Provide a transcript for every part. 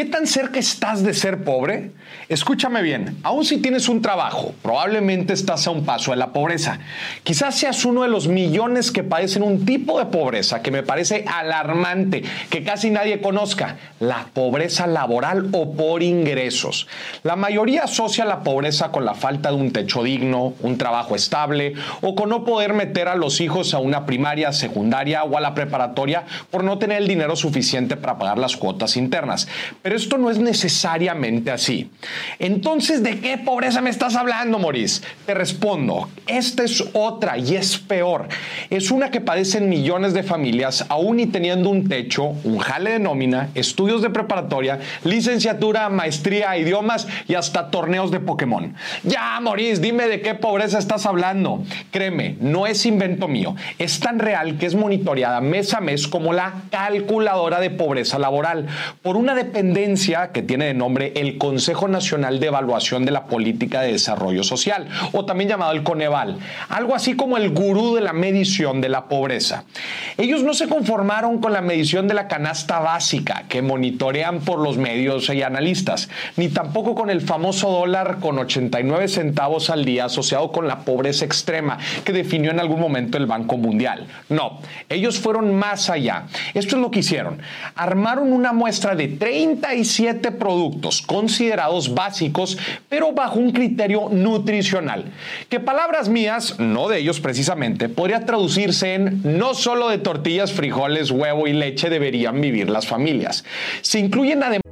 ¿Qué tan cerca estás de ser pobre? Escúchame bien, aún si tienes un trabajo, probablemente estás a un paso de la pobreza. Quizás seas uno de los millones que padecen un tipo de pobreza que me parece alarmante, que casi nadie conozca, la pobreza laboral o por ingresos. La mayoría asocia la pobreza con la falta de un techo digno, un trabajo estable o con no poder meter a los hijos a una primaria, secundaria o a la preparatoria por no tener el dinero suficiente para pagar las cuotas internas. Pero esto no es necesariamente así. Entonces, ¿de qué pobreza me estás hablando, Maurice? Te respondo, esta es otra y es peor. Es una que padecen millones de familias aún y teniendo un techo, un jale de nómina, estudios de preparatoria, licenciatura, maestría, idiomas y hasta torneos de Pokémon. Ya, Maurice, dime de qué pobreza estás hablando. Créeme, no es invento mío. Es tan real que es monitoreada mes a mes como la calculadora de pobreza laboral por una dependencia que tiene de nombre el Consejo Nacional de Evaluación de la Política de Desarrollo Social, o también llamado el Coneval, algo así como el gurú de la medición de la pobreza. Ellos no se conformaron con la medición de la canasta básica que monitorean por los medios y analistas, ni tampoco con el famoso dólar con 89 centavos al día asociado con la pobreza extrema que definió en algún momento el Banco Mundial. No, ellos fueron más allá. Esto es lo que hicieron. Armaron una muestra de 37 productos considerados básicos, pero bajo un criterio nutricional, que palabras mías, no de ellos precisamente, podría traducirse en no solo de tortillas, frijoles, huevo y leche deberían vivir las familias. Se incluyen además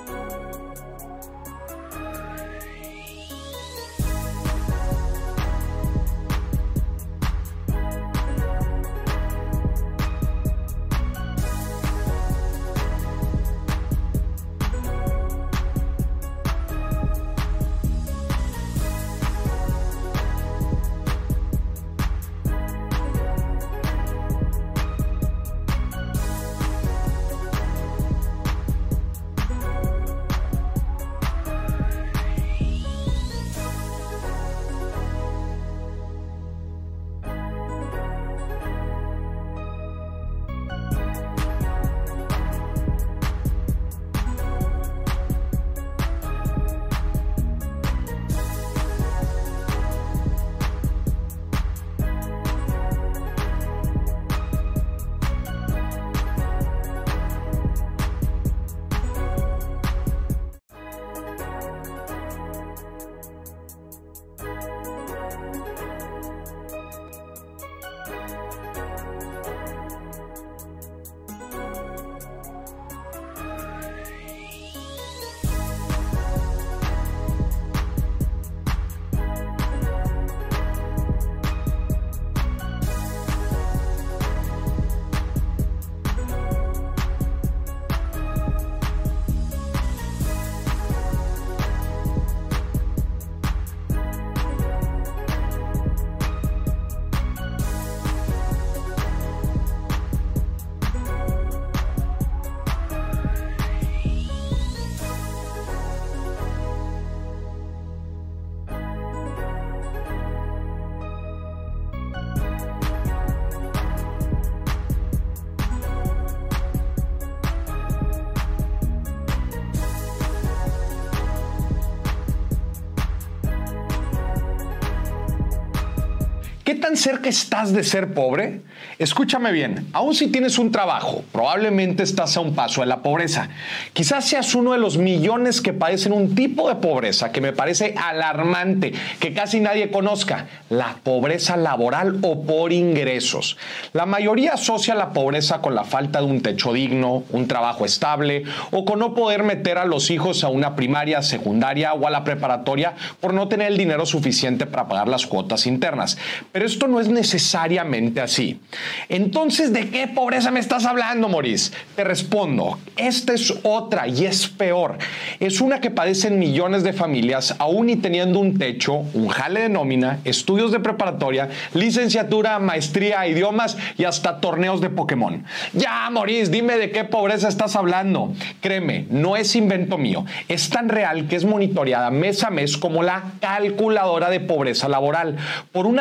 ¿qué tan cerca estás de ser pobre? Escúchame bien, aún si tienes un trabajo, probablemente estás a un paso de la pobreza. Quizás seas uno de los millones que padecen un tipo de pobreza que me parece alarmante, que casi nadie conozca, la pobreza laboral o por ingresos. La mayoría asocia la pobreza con la falta de un techo digno, un trabajo estable o con no poder meter a los hijos a una primaria, secundaria o a la preparatoria por no tener el dinero suficiente para pagar las cuotas internas. Pero esto no es necesariamente así. Entonces, ¿de qué pobreza me estás hablando, Maurice? Te respondo, esta es otra y es peor. Es una que padecen millones de familias aún y teniendo un techo, un jale de nómina, estudios de preparatoria, licenciatura, maestría, idiomas y hasta torneos de Pokémon. Ya, Maurice, dime de qué pobreza estás hablando. Créeme, no es invento mío. Es tan real que es monitoreada mes a mes como la calculadora de pobreza laboral por una dependencia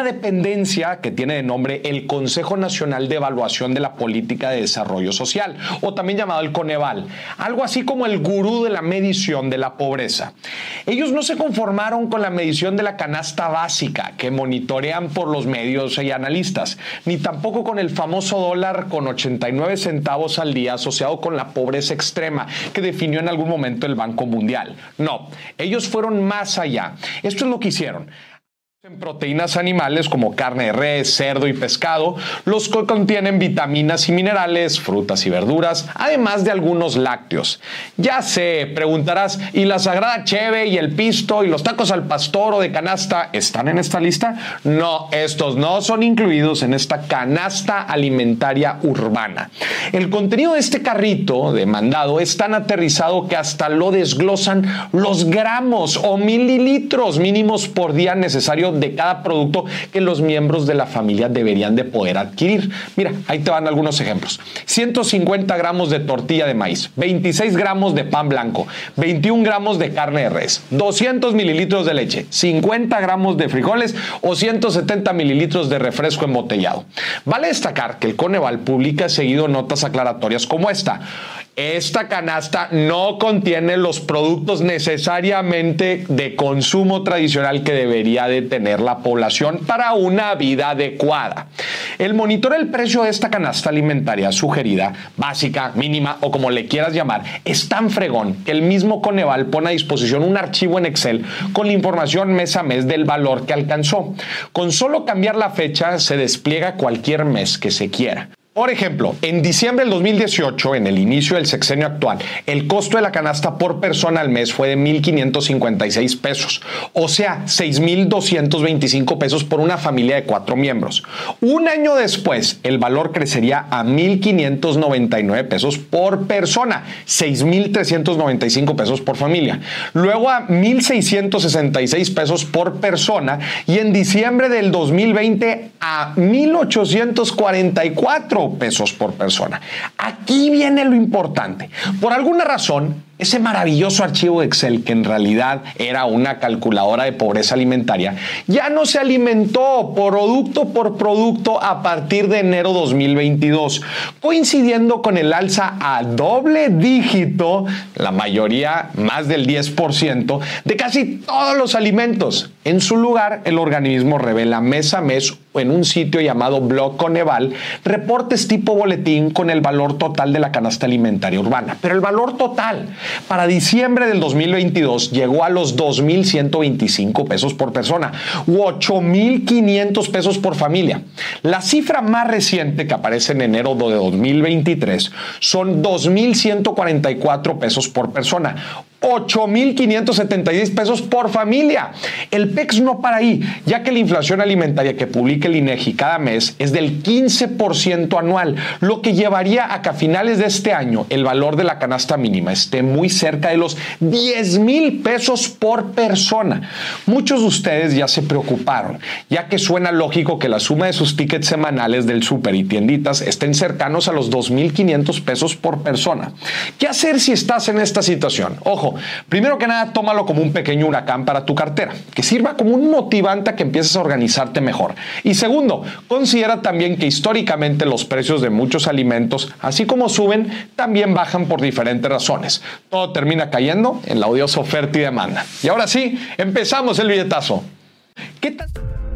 dependencia que tiene de nombre el Consejo Nacional de Evaluación de la Política de Desarrollo Social, o también llamado el Coneval, algo así como el gurú de la medición de la pobreza. Ellos no se conformaron con la medición de la canasta básica que monitorean por los medios y analistas, ni tampoco con el famoso dólar con 89 centavos al día asociado con la pobreza extrema que definió en algún momento el Banco Mundial. No, ellos fueron más allá. Esto es lo que hicieron. En proteínas animales como carne de res, cerdo y pescado, los que contienen vitaminas y minerales, frutas y verduras, además de algunos lácteos. Ya sé, preguntarás, ¿y la sagrada cheve y el pisto y los tacos al pastor o de canasta están en esta lista? No, estos no son incluidos en esta canasta alimentaria urbana. El contenido de este carrito de mandado es tan aterrizado que hasta lo desglosan los gramos o mililitros mínimos por día necesarios de cada producto que los miembros de la familia deberían de poder adquirir. Mira, ahí te van algunos ejemplos. 150 gramos de tortilla de maíz, 26 gramos de pan blanco, 21 gramos de carne de res, 200 mililitros de leche, 50 gramos de frijoles o 170 mililitros de refresco embotellado. Vale destacar que el Coneval publica seguido notas aclaratorias como esta. Esta canasta no contiene los productos necesariamente de consumo tradicional que debería de tener la población para una vida adecuada. El monitoreo del precio de esta canasta alimentaria sugerida, básica, mínima o como le quieras llamar, es tan fregón que el mismo Coneval pone a disposición un archivo en Excel con la información mes a mes del valor que alcanzó. Con solo cambiar la fecha se despliega cualquier mes que se quiera. Por ejemplo, en diciembre del 2018, en el inicio del sexenio actual, el costo de la canasta por persona al mes fue de 1,556 pesos, o sea, 6,225 pesos por una familia de 4 miembros. Un año después, el valor crecería a 1,599 pesos por persona, 6,395 pesos por familia. Luego a 1,666 pesos por persona y en diciembre del 2020 a 1,844 pesos por persona. Aquí viene lo importante. Por alguna razón, ese maravilloso archivo de Excel, que en realidad era una calculadora de pobreza alimentaria, ya no se alimentó producto por producto a partir de enero 2022, coincidiendo con el alza a doble dígito, la mayoría más del 10%, de casi todos los alimentos. En su lugar, el organismo revela mes a mes en un sitio llamado Blog Coneval reportes tipo boletín con el valor total de la canasta alimentaria urbana. Pero el valor total para diciembre del 2022 llegó a los 2,125 pesos por persona u 8,500 pesos por familia. La cifra más reciente que aparece en enero de 2023 son 2,144 pesos por persona. 8,576 pesos por familia. El PEX no para ahí, ya que la inflación alimentaria que publica el INEGI cada mes es del 15% anual, lo que llevaría a que a finales de este año el valor de la canasta mínima esté muy cerca de los 10,000 pesos por persona. Muchos de ustedes ya se preocuparon, ya que suena lógico que la suma de sus tickets semanales del súper y tienditas estén cercanos a los 2,500 pesos por persona. ¿Qué hacer si estás en esta situación? Ojo, primero que nada, tómalo como un pequeño huracán para tu cartera, que sirva como un motivante a que empieces a organizarte mejor. Y segundo, considera también que históricamente los precios de muchos alimentos, así como suben, también bajan por diferentes razones. Todo termina cayendo en la odiosa oferta y demanda. Y ahora sí, empezamos el billetazo. ¿Qué tal?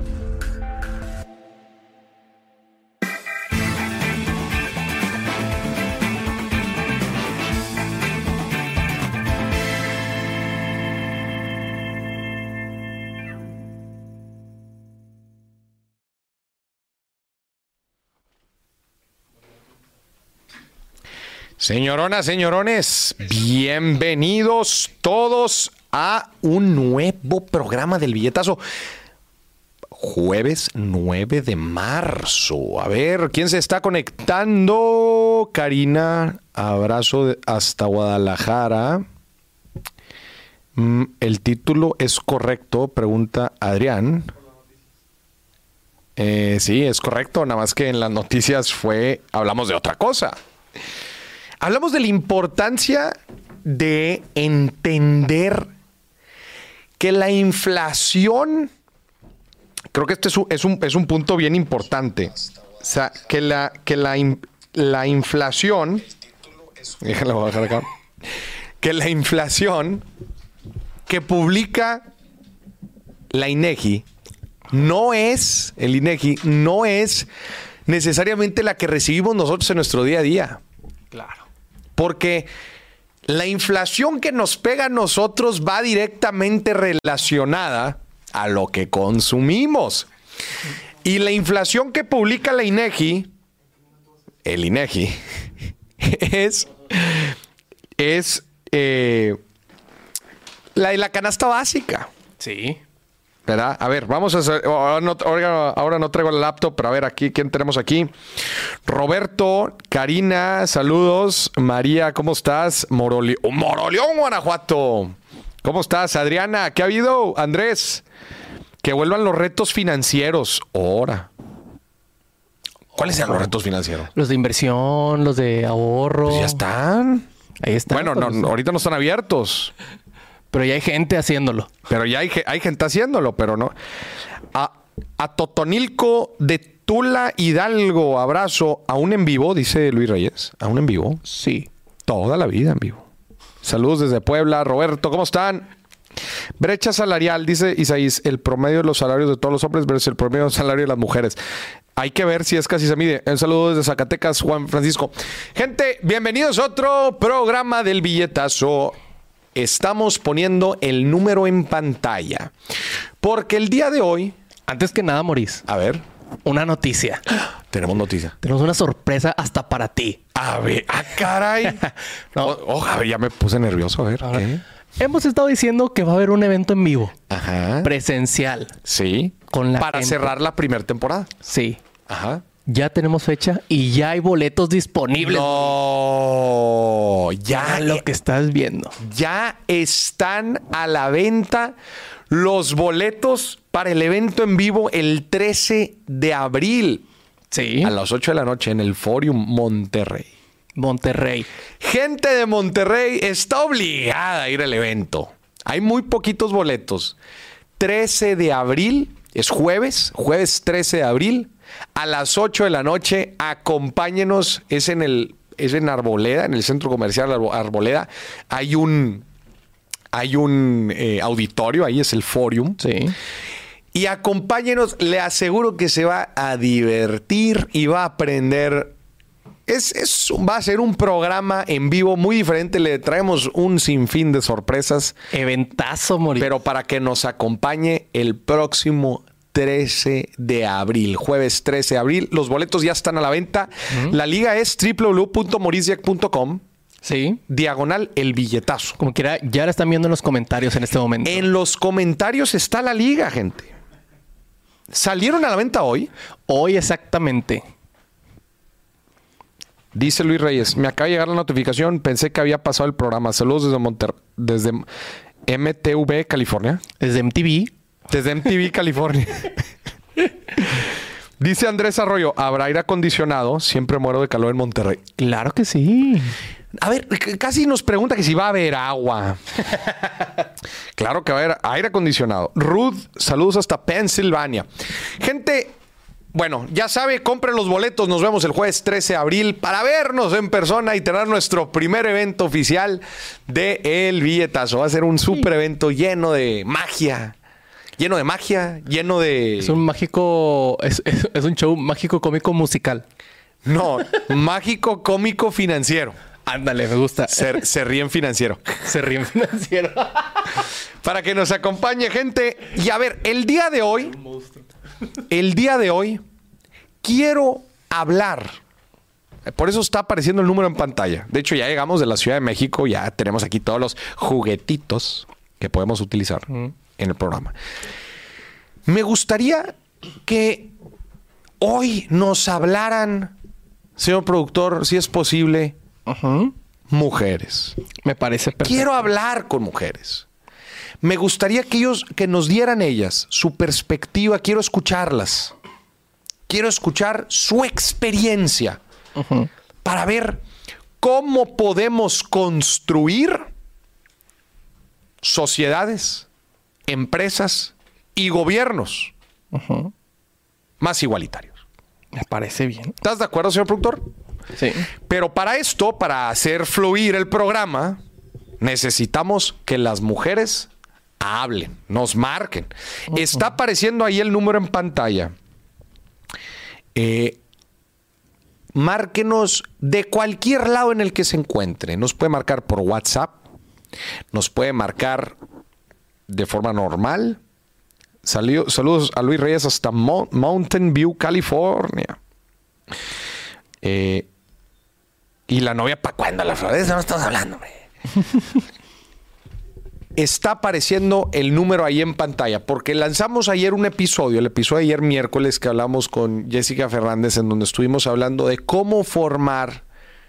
Señoronas, señorones, bienvenidos todos a un nuevo programa del billetazo. Jueves 9 de marzo. A ver, ¿quién se está conectando? Karina, abrazo hasta Guadalajara. El título es correcto, pregunta Adrián. Sí, es correcto, nada más que en las noticias hablamos de otra cosa. Hablamos de la importancia de entender que la inflación creo que este es un punto bien importante. O sea, que la inflación... Déjalo voy a bajar acá. Que la inflación que publica la INEGI no es necesariamente la que recibimos nosotros en nuestro día a día. Claro. Porque la inflación que nos pega a nosotros va directamente relacionada a lo que consumimos. Y la inflación que publica la INEGI, el INEGI, es la de la canasta básica. Sí. ¿Verdad? A ver, vamos a hacer... Ahora no traigo el laptop, pero a ver aquí, ¿quién tenemos aquí? Roberto, Karina, saludos. María, ¿cómo estás? Moroleón, Guanajuato. ¿Cómo estás? Adriana, ¿qué ha habido? Andrés, que vuelvan los retos financieros. Ahora. ¿Cuáles eran los retos financieros? Los de inversión, los de ahorro. Pues ya están. Ahí están. Bueno, no, ahorita no están abiertos. Pero ya hay gente haciéndolo. Pero ya hay gente haciéndolo, pero no. A Totonilco de Tula Hidalgo, abrazo. ¿Aún en vivo? Dice Luis Reyes. ¿Aún en vivo? Sí. Toda la vida en vivo. Saludos desde Puebla. Roberto, ¿cómo están? Brecha salarial, dice Isaías. El promedio de los salarios de todos los hombres versus el promedio del salario de las mujeres. Hay que ver si es que así se mide. Un saludo desde Zacatecas, Juan Francisco. Gente, bienvenidos a otro programa del Billetazo. Estamos poniendo el número en pantalla. Porque el día de hoy... Antes que nada, Maurice. A ver. Una noticia. Tenemos noticia. Tenemos una sorpresa hasta para ti. A ver. ¡Ah, caray! No. A ver, ya me puse nervioso. A ver. Ahora, ¿qué? hemos estado diciendo que va a haber un evento en vivo. Ajá. Presencial. Sí. Con la para gente. cerrar la primera temporada. Sí. Ajá. Ya tenemos fecha y ya hay boletos disponibles. No. Ya lo que estás viendo. Ya están a la venta los boletos para el evento en vivo el 13 de abril. Sí. A las 8 de la noche en el Forium Monterrey. Monterrey. Gente de Monterrey está obligada a ir al evento. Hay muy poquitos boletos. 13 de abril, es jueves 13 de abril, a las 8 de la noche. Acompáñenos, es en Arboleda, en el centro comercial Arboleda. Hay un auditorio, ahí es el Forium. Sí. Y acompáñenos, le aseguro que se va a divertir y va a aprender. Va a ser un programa en vivo muy diferente. Le traemos un sinfín de sorpresas. Eventazo, Mauricio. Pero para que nos acompañe el próximo 13 de abril, jueves 13 de abril. Los boletos ya están a la venta. La liga es www.mauriciac.com. Sí. / el billetazo. Como quiera, ya la están viendo en los comentarios en este momento. En los comentarios está la liga, gente. ¿Salieron a la venta hoy? Hoy exactamente. Dice Luis Reyes, me acaba de llegar la notificación, pensé que había pasado el programa. Saludos desde MTV, California. Desde MTV. Desde MTV, California. Dice Andrés Arroyo, ¿habrá aire acondicionado? Siempre muero de calor en Monterrey. Claro que sí. A ver, casi nos pregunta que si va a haber agua. Claro que va a haber aire acondicionado. Ruth, saludos hasta Pensilvania. Gente, bueno, ya sabe, compren los boletos. Nos vemos el jueves 13 de abril para vernos en persona y tener nuestro primer evento oficial de El Billetazo. Va a ser un súper evento lleno de magia. Lleno de... Es un mágico... Es un show mágico, cómico, musical. No, mágico, cómico, financiero. Ándale, me gusta. Se ríen financiero. Se ríen financiero. Para que nos acompañe, gente. Y a ver, el día de hoy quiero hablar. Por eso está apareciendo el número en pantalla. De hecho, ya llegamos de la Ciudad de México. Ya tenemos aquí todos los juguetitos que podemos utilizar en el programa. Me gustaría que hoy nos hablaran, señor productor, si es posible, mujeres. Me parece perfecto. Quiero hablar con mujeres. Me gustaría que nos dieran ellas su perspectiva. Quiero escucharlas. Quiero escuchar su experiencia para ver cómo podemos construir sociedades, empresas y gobiernos más igualitarios. Me parece bien. ¿Estás de acuerdo, señor productor? Sí. Pero para esto, para hacer fluir el programa, necesitamos que las mujeres hablen, nos marquen. Está apareciendo ahí el número en pantalla. Márquenos de cualquier lado en el que se encuentre. Nos puede marcar por WhatsApp, nos puede marcar de forma normal. Saludos a Luis Reyes hasta Mountain View, California. Y la novia, ¿para cuándo? La flor, de eso no estamos hablando, hombre. Está apareciendo el número ahí en pantalla, porque lanzamos ayer un episodio, el episodio de ayer miércoles, que hablamos con Jessica Fernández, en donde estuvimos hablando de cómo formar,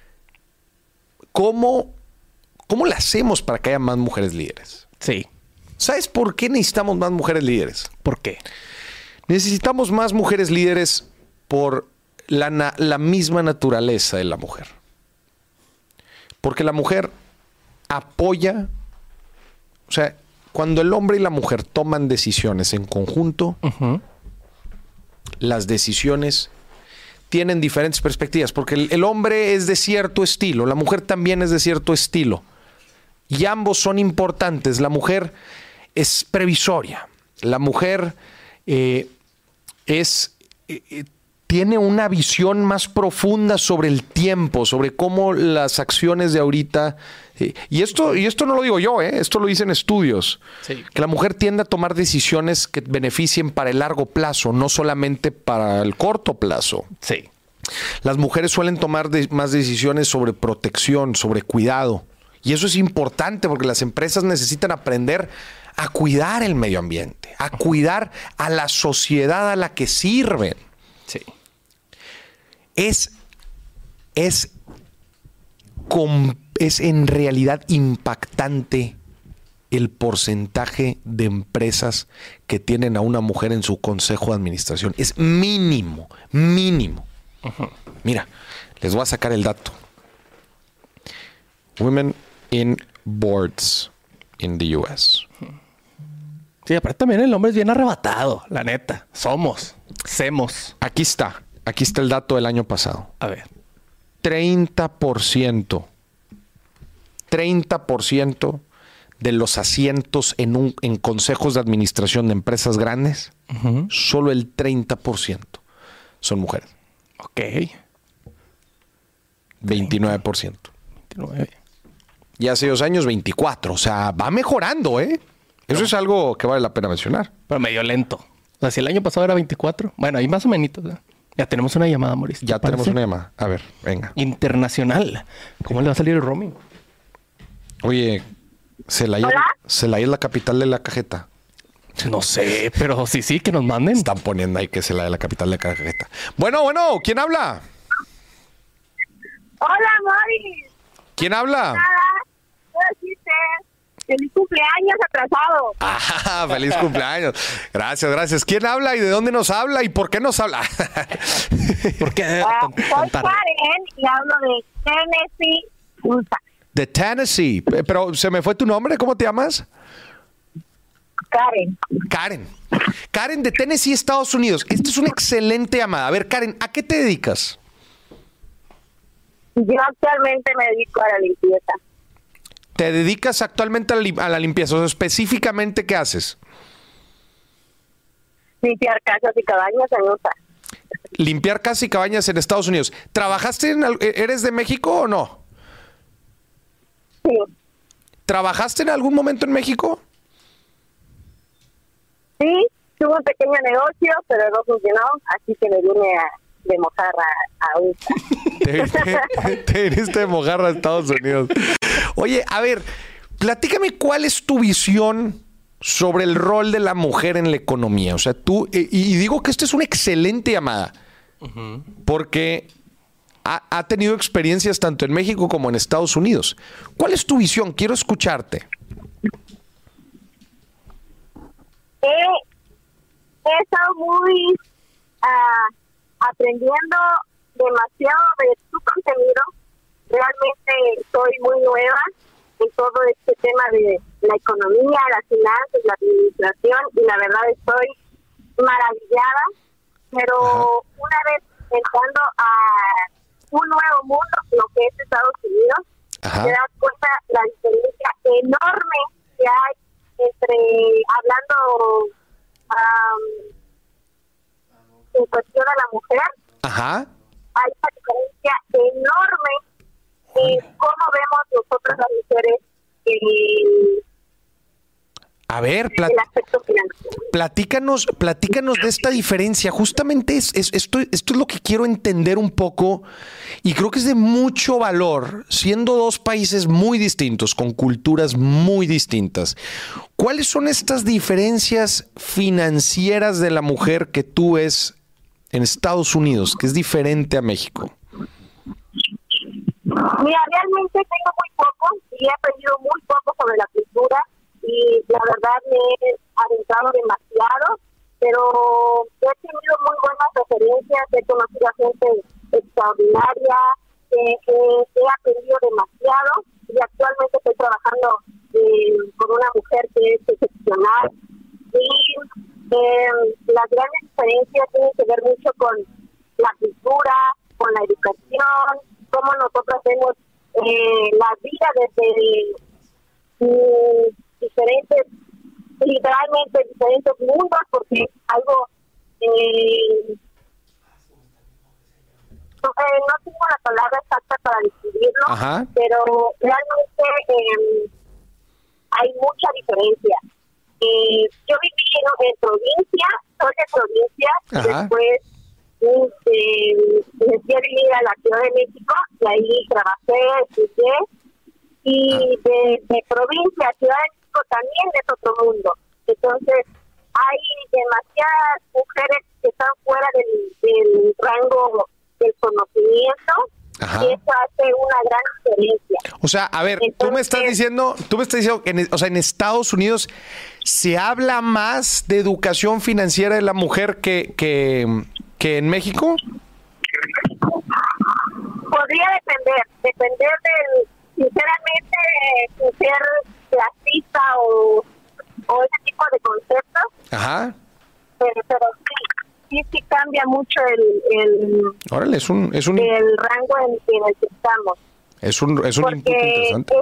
cómo le hacemos para que haya más mujeres líderes. Sí. ¿Sabes por qué necesitamos más mujeres líderes? ¿Por qué? Necesitamos más mujeres líderes por la misma naturaleza de la mujer. Porque la mujer apoya, o sea, cuando el hombre y la mujer toman decisiones en conjunto, las decisiones tienen diferentes perspectivas, porque el hombre es de cierto estilo, la mujer también es de cierto estilo, y ambos son importantes. La mujer es previsoria, la mujer tiene una visión más profunda sobre el tiempo, sobre cómo las acciones de ahorita... Y esto no lo digo yo, esto lo dicen estudios. Sí. Que la mujer tiende a tomar decisiones que beneficien para el largo plazo, no solamente para el corto plazo. Sí. Las mujeres suelen tomar más decisiones sobre protección, sobre cuidado. Y eso es importante porque las empresas necesitan aprender a cuidar el medio ambiente, a cuidar a la sociedad a la que sirven. Sí. Es en realidad impactante el porcentaje de empresas que tienen a una mujer en su consejo de administración. Es mínimo. Mira, les voy a sacar el dato. Women in boards in the US. Sí, aparte también el hombre es bien arrebatado, la neta. Somos. Aquí está el dato del año pasado. A ver. 30% de los asientos en consejos de administración de empresas grandes, solo el 30% son mujeres. Ok. 29%. 29. Y hace 2 años, 24%. O sea, va mejorando, ¿eh? Eso es algo que vale la pena mencionar. Pero medio lento. O sea, si el año pasado era 24. Bueno, ahí más o menos. Ya tenemos una llamada, Mauricio. Ya tenemos una llamada. A ver, venga. Internacional. ¿Cómo le va a salir el roaming? Oye, Celaya es la capital de la cajeta. No sé, pero sí, que nos manden. Están poniendo ahí que Celaya es la capital de la cajeta. Bueno, ¿quién habla? Hola, Mari. ¿Quién habla? Feliz cumpleaños atrasado. Ah, feliz cumpleaños. Gracias. ¿Quién habla y de dónde nos habla y por qué nos habla? ¿Por qué? Soy Karen y hablo de Tennessee, USA. De Tennessee. Pero se me fue tu nombre. ¿Cómo te llamas? Karen de Tennessee, Estados Unidos. Esta es una excelente llamada. A ver, Karen, ¿a qué te dedicas? Yo actualmente me dedico a la limpieza. ¿Te dedicas actualmente a la limpieza? O sea, específicamente, ¿qué haces? Limpiar casas y cabañas en USA. Limpiar casas y cabañas en Estados Unidos. ¿Trabajaste eres de México o no? Sí. ¿Trabajaste en algún momento en México? Sí, tuve un pequeño negocio, pero no funcionó, así que me vine de mojarra a USA. Te viniste de mojarra a Estados Unidos. Oye, a ver, platícame cuál es tu visión sobre el rol de la mujer en la economía. O sea, tú, y digo que esta es una excelente llamada, porque ha tenido experiencias tanto en México como en Estados Unidos. ¿Cuál es tu visión? Quiero escucharte. He estado muy aprendiendo demasiado de tu contenido. Realmente soy muy nueva en todo este tema de la economía, las finanzas, la administración, y la verdad estoy maravillada, pero una vez entrando a un nuevo mundo, lo que es Estados Unidos, te das cuenta la diferencia enorme que hay entre, hablando en cuestión a la mujer, hay una diferencia enorme en cómo vemos nosotros las mujeres a ver, el aspecto financiero. Platícanos de esta diferencia. Justamente esto es lo que quiero entender un poco, y creo que es de mucho valor, siendo dos países muy distintos, con culturas muy distintas. ¿Cuáles son estas diferencias financieras de la mujer que tú ves en Estados Unidos, que es diferente a México? Mira, realmente tengo muy poco y he aprendido muy poco sobre la cultura, y la verdad me he adentrado demasiado, pero he tenido muy buenas referencias, he conocido a gente extraordinaria, he aprendido demasiado, y actualmente estoy trabajando con una mujer que es excepcional, y las grandes diferencias tienen que ver mucho con la cultura, con la educación, cómo nosotros vemos la vida desde literalmente diferentes mundos, porque algo no tengo la palabra exacta para describirlo, pero realmente hay mucha diferencia. Yo viví en provincia, soy de provincia, después me fui a vivir a la Ciudad de México, y ahí trabajé, estudié, y de provincia a Ciudad de México también es otro mundo. Entonces, hay demasiadas mujeres que están fuera del rango del conocimiento, y eso hace una gran diferencia. O sea, a ver, entonces, tú me estás diciendo que en Estados Unidos se habla más de educación financiera de la mujer que en México. Podría depender del, sinceramente, sin ser clasista o ese tipo de conceptos. Pero sí cambia mucho Órale, es un el rango en el que estamos. Es un input interesante.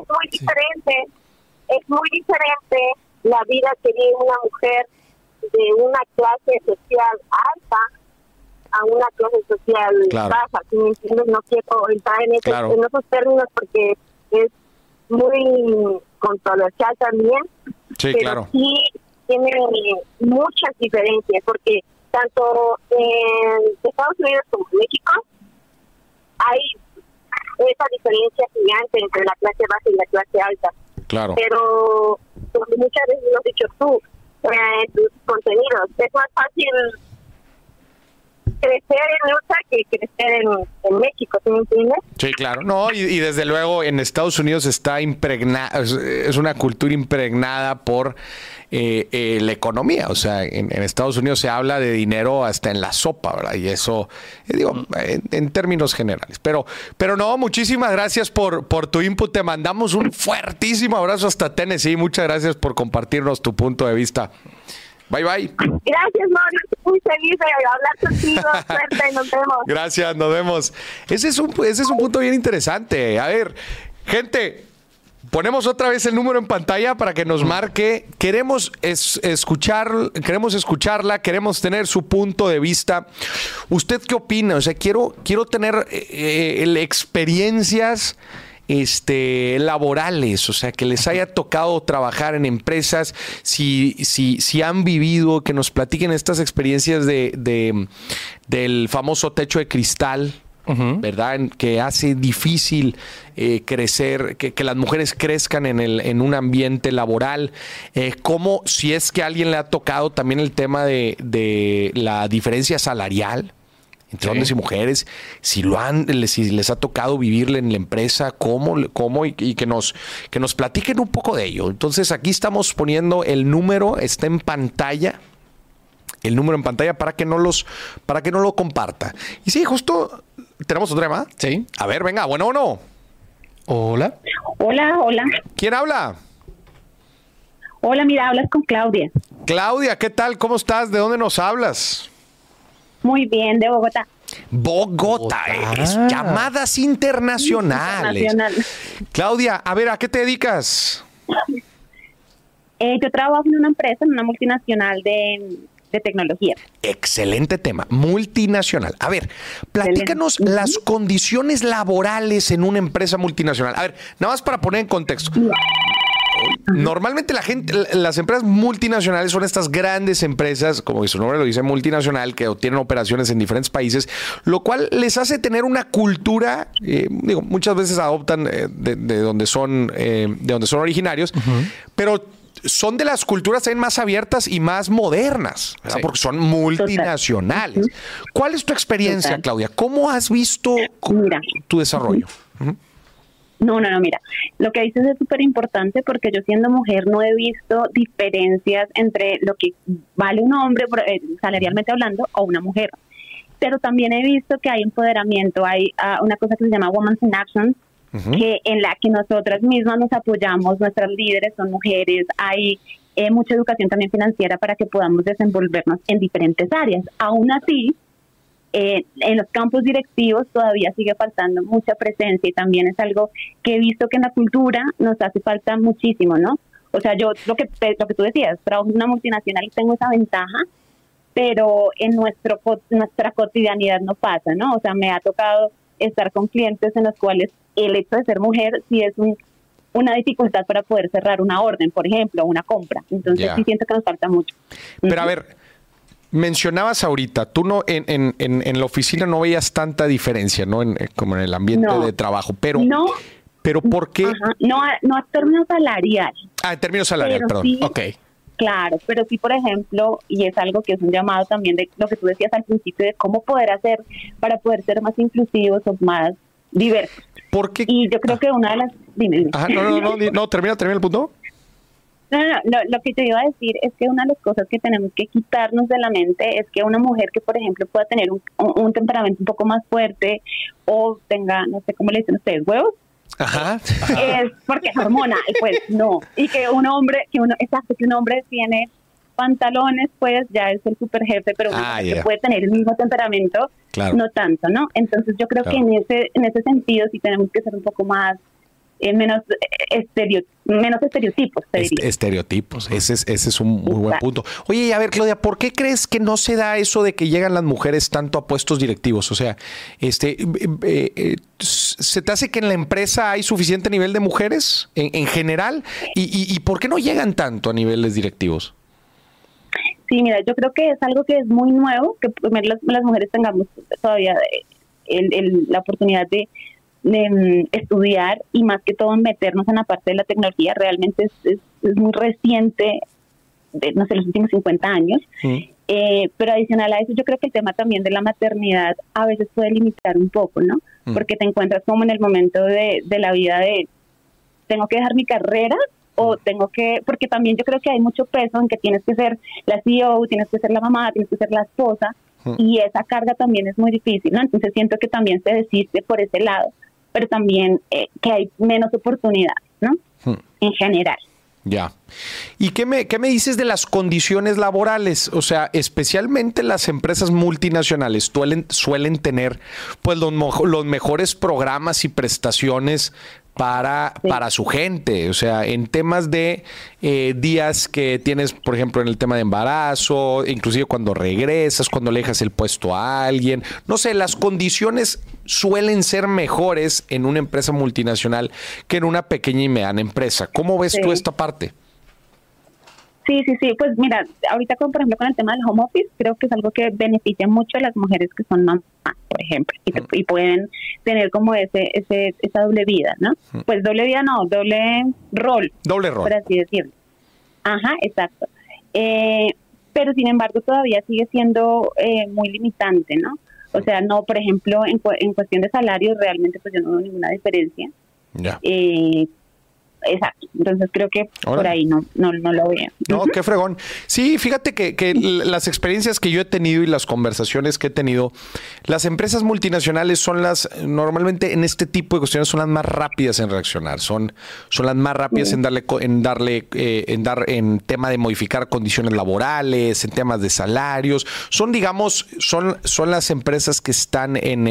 Es muy diferente la vida que vive una mujer de una clase social alta a una clase social baja. ¿Sí me entiendes? No quiero entrar en esos términos porque es muy controversial también. Sí, pero sí tiene muchas diferencias, porque tanto en Estados Unidos como en México hay esa diferencia gigante entre la clase baja y la clase alta. Claro. Pero, como muchas veces lo has dicho tú, en tus contenidos, es más fácil crecer en USA que crecer en México, ¿sí me entiendes? Sí, claro. No, y desde luego en Estados Unidos está impregnada, es una cultura impregnada por la economía. O sea, en Estados Unidos se habla de dinero hasta en la sopa, ¿verdad? Y eso, digo, en términos generales. Pero no, muchísimas gracias por tu input. Te mandamos un fuertísimo abrazo hasta Tennessee. Muchas gracias por compartirnos tu punto de vista. Bye, bye. Gracias, Mario. Muy feliz de hablar contigo. Suerte, nos vemos. Gracias, nos vemos. Ese es un punto bien interesante. A ver, gente, ponemos otra vez el número en pantalla para que nos marque. Queremos escucharla, queremos tener su punto de vista. ¿Usted qué opina? O sea, quiero tener experiencias laborales, o sea, que les haya tocado trabajar en empresas, si han vivido, que nos platiquen estas experiencias del famoso techo de cristal, ¿verdad? Que hace difícil crecer, que las mujeres crezcan en un ambiente laboral. Como si es que a alguien le ha tocado también el tema de la diferencia salarial entre hombres y mujeres, si les ha tocado vivirle en la empresa, cómo y que nos platiquen un poco de ello. Entonces aquí estamos poniendo el número, está en pantalla, el número en pantalla para que no lo comparta. Y sí, justo tenemos otra llamada. Sí. A ver, venga, bueno. Hola. ¿Quién habla? Hola, mira, hablas con Claudia. Claudia, ¿qué tal? ¿Cómo estás? ¿De dónde nos hablas? Muy bien, de Bogotá. Bogotá, es llamadas internacionales. Internacional. Claudia, a ver, ¿a qué te dedicas? Yo trabajo en una empresa, en una multinacional de tecnología. Excelente tema, multinacional. A ver, platícanos las condiciones laborales en una empresa multinacional. A ver, nada más para poner en contexto. Normalmente las empresas multinacionales son estas grandes empresas, como su nombre lo dice, multinacional, que tienen operaciones en diferentes países, lo cual les hace tener una cultura, muchas veces adoptan de donde son originarios, pero son de las culturas también más abiertas y más modernas, ¿verdad? Sí. Porque son multinacionales. ¿Cuál es tu experiencia, Claudia? ¿Cómo has visto tu desarrollo? No, mira, lo que dices es súper importante porque yo siendo mujer no he visto diferencias entre lo que vale un hombre salarialmente hablando o una mujer, pero también he visto que hay empoderamiento, hay una cosa que se llama Women's in Action, que en la que nosotras mismas nos apoyamos, nuestras líderes son mujeres, hay mucha educación también financiera para que podamos desenvolvernos en diferentes áreas. Aún así, en los campos directivos todavía sigue faltando mucha presencia y también es algo que he visto que en la cultura nos hace falta muchísimo, ¿no? O sea, yo lo que tú decías, trabajo en una multinacional y tengo esa ventaja, pero en nuestra cotidianidad no pasa, ¿no? O sea, me ha tocado estar con clientes en los cuales el hecho de ser mujer sí es una dificultad para poder cerrar una orden, por ejemplo, una compra. Entonces sí siento que nos falta mucho. Pero a ver, mencionabas ahorita, tú no en la oficina no veías tanta diferencia, ¿no? Como en el ambiente de trabajo, pero ¿por qué? No a términos salarial. En términos salarial, perdón. Sí, ok. Claro, pero sí, por ejemplo, y es algo que es un llamado también de lo que tú decías al principio, de cómo poder hacer para poder ser más inclusivos o más diversos. ¿Por qué? Y yo creo que una de las... Dime. Ajá, no, termina el punto. No, lo que te iba a decir es que una de las cosas que tenemos que quitarnos de la mente es que una mujer que, por ejemplo, pueda tener un temperamento un poco más fuerte o tenga, no sé cómo le dicen ustedes, huevos, es porque es hormonal, pues no. Y que un hombre tiene pantalones, pues ya es el super jefe, pero que puede tener el mismo temperamento, no tanto, ¿no? Entonces yo creo que en ese sentido sí tenemos que ser un poco más menos estereotipos, te diría. Estereotipos, ese es un muy buen punto. Oye, y a ver, Claudia, ¿por qué crees que no se da eso de que llegan las mujeres tanto a puestos directivos? O sea, ¿se te hace que en la empresa hay suficiente nivel de mujeres en general? ¿Y por qué no llegan tanto a niveles directivos? Sí, mira, yo creo que es algo que es muy nuevo, que las mujeres tengamos todavía la oportunidad de estudiar y más que todo meternos en la parte de la tecnología. Realmente es muy reciente, no sé, los últimos 50 años. Pero adicional a eso, yo creo que el tema también de la maternidad a veces puede limitar un poco, ¿no? Porque te encuentras como en el momento de la vida de tengo que dejar mi carrera o porque también yo creo que hay mucho peso en que tienes que ser la CEO, tienes que ser la mamá, tienes que ser la esposa, y esa carga también es muy difícil, ¿no? Entonces siento que también se desiste por ese lado, pero también que hay menos oportunidades, ¿no? En general. Ya. ¿Y qué me dices de las condiciones laborales? O sea, especialmente las empresas multinacionales suelen tener pues los mejores programas y prestaciones para su gente. O sea, en temas de días que tienes, por ejemplo, en el tema de embarazo, inclusive cuando regresas, cuando le dejas el puesto a alguien. No sé, las condiciones suelen ser mejores en una empresa multinacional que en una pequeña y mediana empresa. ¿Cómo ves tú esta parte? Sí, pues mira, ahorita por ejemplo con el tema del home office, creo que es algo que beneficia mucho a las mujeres que son mamás, por ejemplo, y pueden tener como esa doble vida, ¿no? Pues doble vida no, doble rol. Por así decirlo. Ajá, exacto. Pero sin embargo todavía sigue siendo muy limitante, ¿no? O sea, no, por ejemplo, en cuestión de salarios realmente pues yo no veo ninguna diferencia. exacto. Entonces creo que por ahí no lo veo. No, qué fregón. Sí, fíjate que las experiencias que yo he tenido y las conversaciones que he tenido, las empresas multinacionales son normalmente en este tipo de cuestiones son las más rápidas en reaccionar, son las más rápidas en tema de modificar condiciones laborales, en temas de salarios. Son las empresas que están en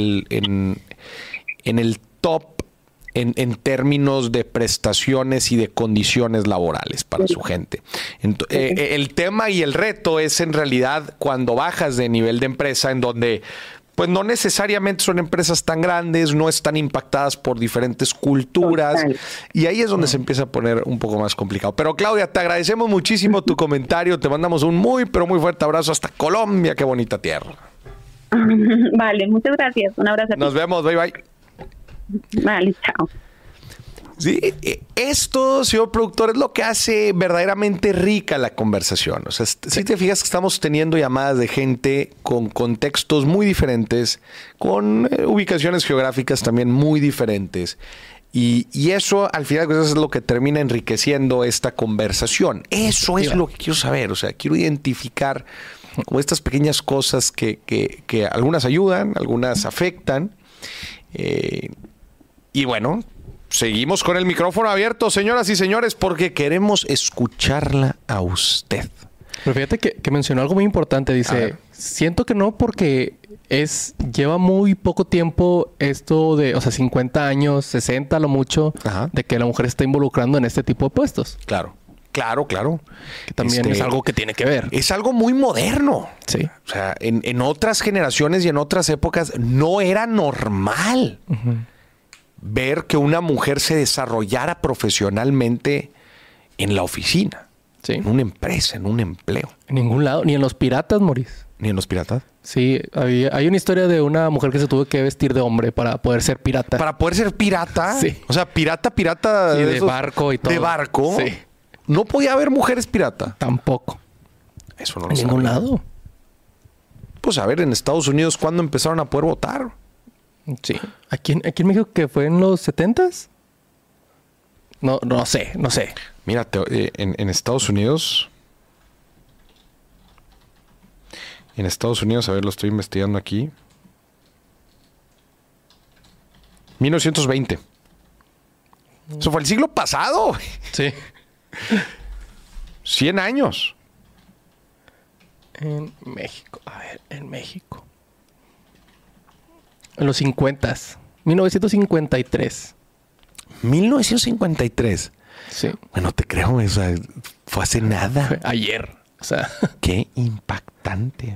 el top en términos de prestaciones y de condiciones laborales para su gente. El tema y el reto es en realidad cuando bajas de nivel de empresa en donde pues no necesariamente son empresas tan grandes, no están impactadas por diferentes culturas y ahí es donde se empieza a poner un poco más complicado. Pero Claudia, te agradecemos muchísimo tu comentario, te mandamos un muy pero muy fuerte abrazo hasta Colombia, qué bonita tierra. Vale, muchas gracias, un abrazo. Nos vemos, bye bye. Vale, chao. Sí, esto, señor productor, es lo que hace verdaderamente rica la conversación. O sea, si te fijas que estamos teniendo llamadas de gente con contextos muy diferentes, con ubicaciones geográficas también muy diferentes. Y eso, al final, es lo que termina enriqueciendo esta conversación. Eso es lo que quiero saber. O sea, quiero identificar como estas pequeñas cosas que algunas ayudan, algunas afectan. Y bueno, seguimos con el micrófono abierto, señoras y señores, porque queremos escucharla a usted. Pero fíjate que mencionó algo muy importante. Dice, siento que no porque lleva muy poco tiempo esto de, o sea, 50 años, 60 a lo mucho, de que la mujer está involucrando en este tipo de puestos. Claro. Que también es algo que tiene que ver. Es algo muy moderno. Sí. O sea, en otras generaciones y en otras épocas no era normal ver que una mujer se desarrollara profesionalmente en la oficina, en una empresa, en un empleo. En ningún lado, ni en los piratas, Maurice. ¿Ni en los piratas? Sí, hay una historia de una mujer que se tuvo que vestir de hombre para poder ser pirata. ¿Para poder ser pirata? Sí. O sea, pirata. Sí, de barco y todo. ¿De barco? Sí. ¿No podía haber mujeres pirata? Tampoco. Eso no lo En ningún lado. Pues a ver, en Estados Unidos, ¿cuándo empezaron a poder votar? Sí. Aquí en México, que fue en los 70s. No sé. Mira, en Estados Unidos... En Estados Unidos, a ver, lo estoy investigando aquí. 1920. Eso fue el siglo pasado. Sí. 100 años. En México. A ver, en México. En los 50s. 1953. 1953. Sí. Bueno, te creo, o sea, fue hace nada. Fue ayer. O sea. Qué impactante.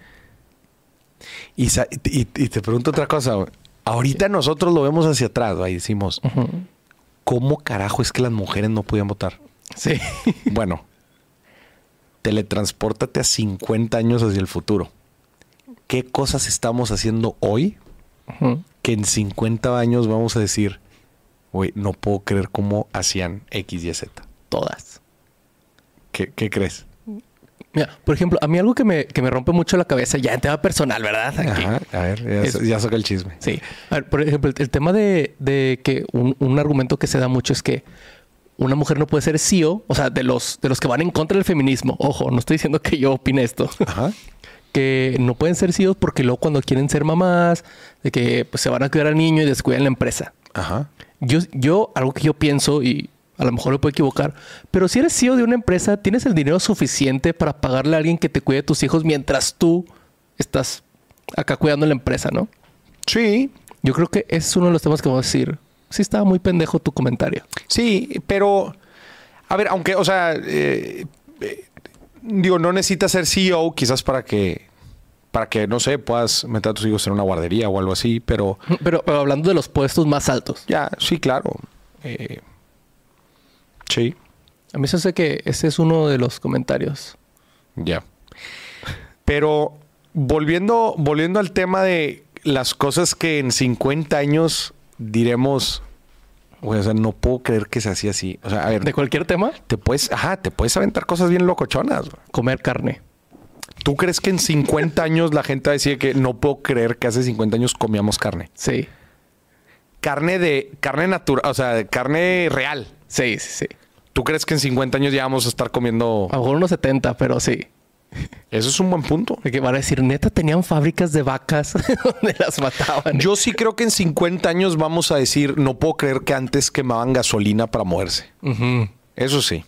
Y te pregunto otra cosa. Ahorita nosotros lo vemos hacia atrás, ahí decimos, ¿cómo carajo es que las mujeres no podían votar? Sí. Bueno, teletranspórtate a 50 años hacia el futuro. ¿Qué cosas estamos haciendo hoy que en 50 años vamos a decir, güey, no puedo creer cómo hacían X, Y, Z? Todas. ¿Qué crees? Mira, por ejemplo, a mí algo que me rompe mucho la cabeza, ya en tema personal, ¿verdad? Aquí. Ajá, a ver, ya saca el chisme. Sí. A ver, por ejemplo, el tema de que un argumento que se da mucho es que una mujer no puede ser CEO, o sea, de los que van en contra del feminismo. Ojo, no estoy diciendo que yo opine esto. Ajá. Que no pueden ser CEOs porque luego cuando quieren ser mamás, de que pues, se van a cuidar al niño y descuidan la empresa. Ajá. Yo, algo que yo pienso y a lo mejor me puedo equivocar, pero si eres CEO de una empresa, tienes el dinero suficiente para pagarle a alguien que te cuide de tus hijos mientras tú estás acá cuidando la empresa, ¿no? Sí. Yo creo que es uno de los temas que vamos a decir. Sí estaba muy pendejo tu comentario. Sí, pero... A ver, aunque, o sea... digo, no necesitas ser CEO quizás para que, no sé, puedas meter a tus hijos en una guardería o algo así, pero... Pero hablando de los puestos más altos. Ya, sí, claro. Sí. A mí se hace que ese es uno de los comentarios. Ya. Pero volviendo al tema de las cosas que en 50 años diremos, o sea, no puedo creer que se hacía así. O sea, a ver. ¿De cualquier tema? Te puedes aventar cosas bien locochonas. Comer carne. ¿Tú crees que en 50 años la gente va a decir que no puedo creer que hace 50 años comíamos carne? Sí. carne natural, o sea, carne real. Sí. ¿Tú crees que en 50 años ya vamos a estar comiendo? A lo mejor unos 70, pero sí. Eso es un buen punto. Que van a decir, neta, tenían fábricas de vacas donde las mataban. Yo sí creo que en 50 años vamos a decir, no puedo creer que antes quemaban gasolina para moverse. Eso sí.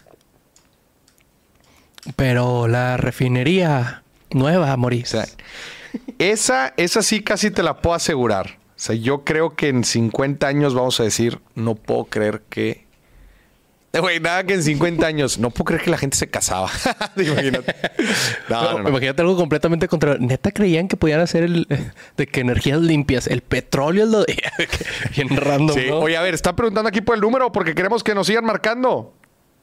Pero la refinería nueva, Maurice. O sea, esa sí casi te la puedo asegurar. O sea, yo creo que en 50 años vamos a decir, no puedo creer que... Güey, nada que en 50 años. No puedo creer que la gente se casaba. Imagínate. No. Imagínate algo completamente contrario. Neta creían que podían hacer de que energías limpias. El petróleo es lo de... Bien random, sí. ¿no? Oye, a ver, ¿están preguntando aquí por el número? Porque queremos que nos sigan marcando.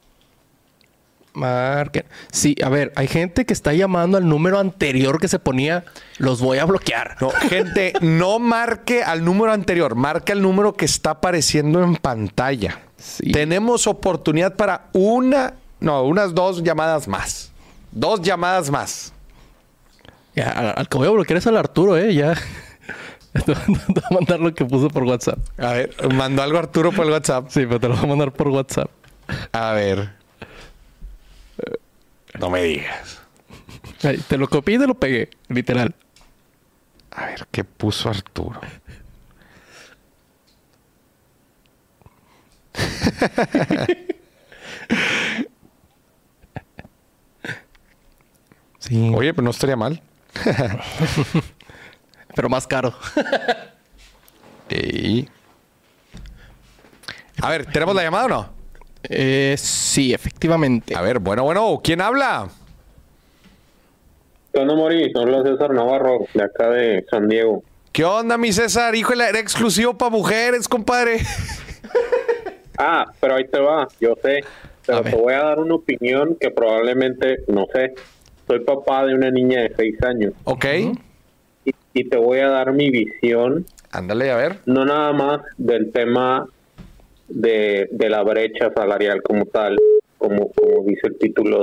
Marquen. Sí, a ver, hay gente que está llamando al número anterior que se ponía. Los voy a bloquear. No, gente, no marque al número anterior. Marque el número que está apareciendo en pantalla. Sí. Tenemos oportunidad para unas 2 llamadas más. 2 llamadas más. Ya, al que voy a bloquear es al Arturo, ya. Te voy a mandar lo que puso por WhatsApp. A ver, mandó algo Arturo por el WhatsApp. Sí, pero te lo voy a mandar por WhatsApp. A ver. No me digas. Ay, te lo copié y te lo pegué, literal. A ver, ¿qué puso Arturo? Sí. Oye, pero no estaría mal. Pero más caro. A ver, ¿tenemos la llamada o no? Sí, efectivamente. A ver, bueno. ¿Quién habla? ¿Qué onda, Maurice? Habla César Navarro, de acá de San Diego. ¿Qué onda, mi César? Híjole, era exclusivo para mujeres, compadre. Pero ahí te va, yo sé. Pero te voy a dar una opinión que probablemente, no sé. Soy papá de una niña de 6 años. Ok. Y te voy a dar mi visión. Ándale, a ver. No nada más del tema de la brecha salarial como tal, como dice el título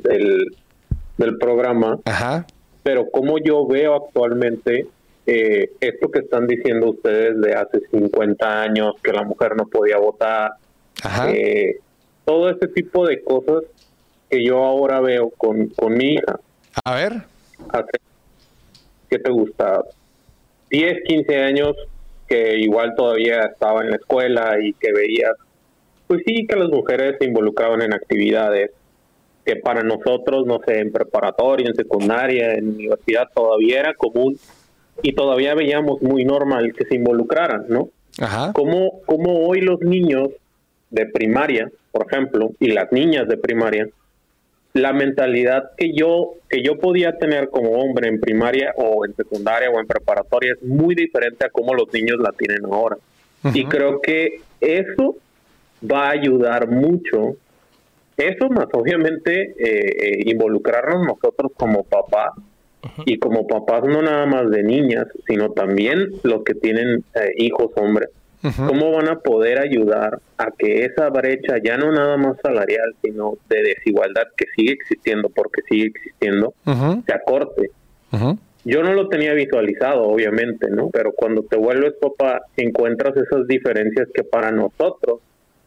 del programa. Ajá. Pero como yo veo actualmente esto que están diciendo ustedes de hace 50 años, que la mujer no podía votar. Ajá. Todo ese tipo de cosas que yo ahora veo con mi hija. A ver. Hace, ¿qué te gusta? 10, 15 años, que igual todavía estaba en la escuela y que veías, pues sí, que las mujeres se involucraban en actividades que para nosotros, no sé, en preparatoria, en secundaria, en universidad, todavía era común y todavía veíamos muy normal que se involucraran, ¿no? Ajá. Como hoy los niños de primaria, por ejemplo, y las niñas de primaria, la mentalidad que yo podía tener como hombre en primaria o en secundaria o en preparatoria es muy diferente a cómo los niños la tienen ahora. Y creo que eso va a ayudar mucho. Eso más obviamente involucrarnos nosotros como papás y como papás no nada más de niñas, sino también los que tienen hijos hombres. ¿Cómo van a poder ayudar a que esa brecha, ya no nada más salarial, sino de desigualdad que sigue existiendo, porque sigue existiendo, se acorte? Yo no lo tenía visualizado, obviamente, ¿no? Pero cuando te vuelves papá, encuentras esas diferencias que para nosotros,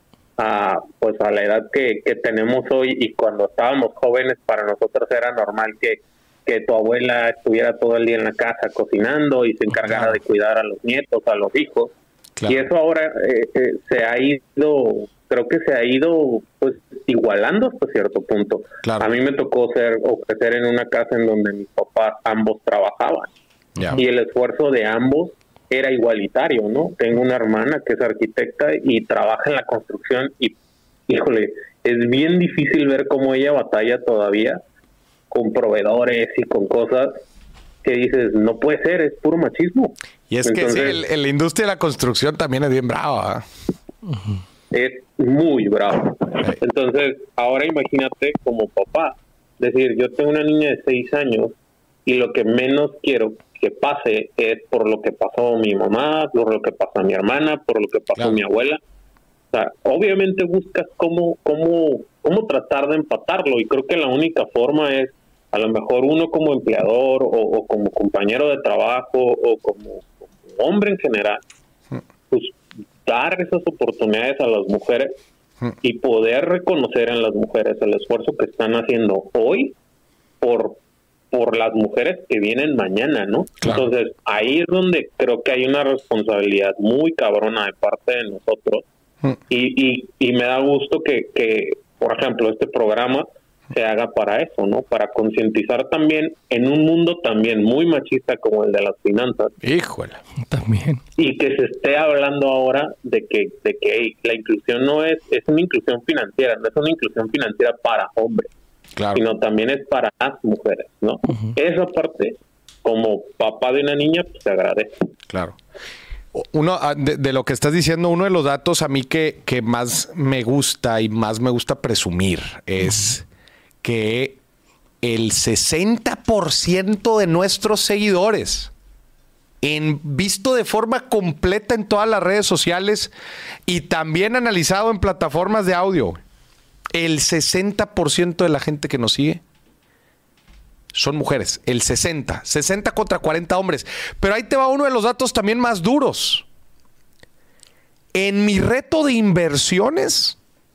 pues a la edad que tenemos hoy y cuando estábamos jóvenes, para nosotros era normal que tu abuela estuviera todo el día en la casa cocinando y se encargara de cuidar a los nietos, a los hijos. Claro. Y eso ahora se ha ido, creo que se ha ido pues igualando hasta cierto punto. Claro. A mí me tocó crecer en una casa en donde mis papás ambos trabajaban. Y el esfuerzo de ambos era igualitario, ¿no? Tengo una hermana que es arquitecta y trabaja en la construcción y, híjole, es bien difícil ver cómo ella batalla todavía con proveedores y con cosas que dices, no puede ser, es puro machismo. Y es entonces, que sí, la industria de la construcción también es bien brava. Es muy bravo. Entonces, ahora imagínate como papá, decir, yo tengo una niña de 6 años y lo que menos quiero que pase es por lo que pasó mi mamá, por lo que pasó mi hermana, por lo que pasó mi abuela. O sea, obviamente buscas cómo tratar de empatarlo y creo que la única forma es a lo mejor uno como empleador o como compañero de trabajo o como hombre en general, pues dar esas oportunidades a las mujeres y poder reconocer en las mujeres el esfuerzo que están haciendo hoy por las mujeres que vienen mañana, ¿no? Claro. Entonces, ahí es donde creo que hay una responsabilidad muy cabrona de parte de nosotros y me da gusto que, por ejemplo, este programa se haga para eso, ¿no? Para concientizar también en un mundo también muy machista como el de las finanzas. Híjole. También. Y que se esté hablando ahora de que hey, la inclusión no es una inclusión financiera, no es una inclusión financiera para hombres, claro, sino también es para las mujeres, ¿no? Esa parte, como papá de una niña, pues se agradece. Claro. Uno de lo que estás diciendo, uno de los datos a mí que más me gusta y más me gusta presumir es que el 60% de nuestros seguidores, visto de forma completa en todas las redes sociales y también analizado en plataformas de audio, el 60% de la gente que nos sigue son mujeres. El 60 contra 40 hombres. Pero ahí te va uno de los datos también más duros. En mi reto de inversiones,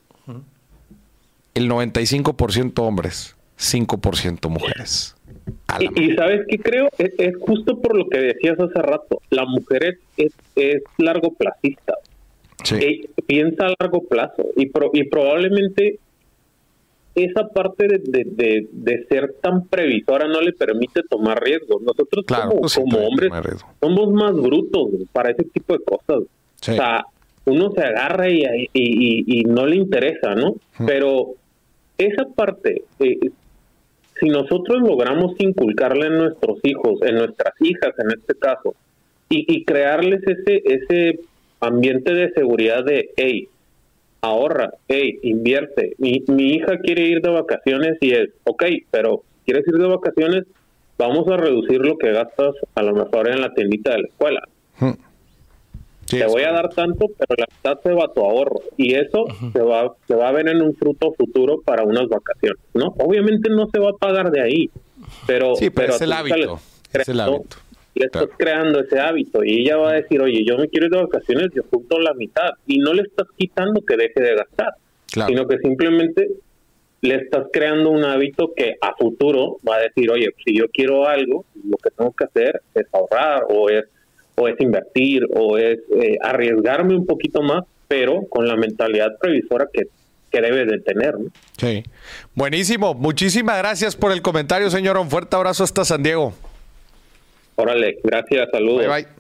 el 95% hombres, 5% mujeres. Y ¿sabes qué creo? Es justo por lo que decías hace rato. La mujer es largoplacista. Sí. Piensa a largo plazo. Y probablemente esa parte de ser tan previsora no le permite tomar riesgos. Nosotros como hombres somos más brutos para ese tipo de cosas. Sí. O sea, uno se agarra y no le interesa, ¿no? Pero esa parte, si nosotros logramos inculcarle en nuestros hijos, en nuestras hijas en este caso, y crearles ese ambiente de seguridad de, hey, ahorra, hey, invierte. Mi hija quiere ir de vacaciones y es, ok, pero ¿quieres ir de vacaciones? Vamos a reducir lo que gastas a lo mejor en la tiendita de la escuela. Sí, te voy a dar tanto, pero la mitad se va a tu ahorro. Y eso se va a ver en un fruto futuro para unas vacaciones, ¿no? Obviamente no se va a pagar de ahí, pero es el hábito. Es el hábito. Le estás creando ese hábito y ella va a decir, oye, yo me quiero ir de vacaciones, yo junto la mitad, y no le estás quitando que deje de gastar, sino que simplemente le estás creando un hábito que a futuro va a decir, oye, si yo quiero algo, lo que tengo que hacer es ahorrar o es invertir o es arriesgarme un poquito más, pero con la mentalidad previsora que debe de tener, ¿no? Sí. Buenísimo. Muchísimas gracias por el comentario, señor. Un fuerte abrazo hasta San Diego. Órale, gracias, saludos. Bye, bye.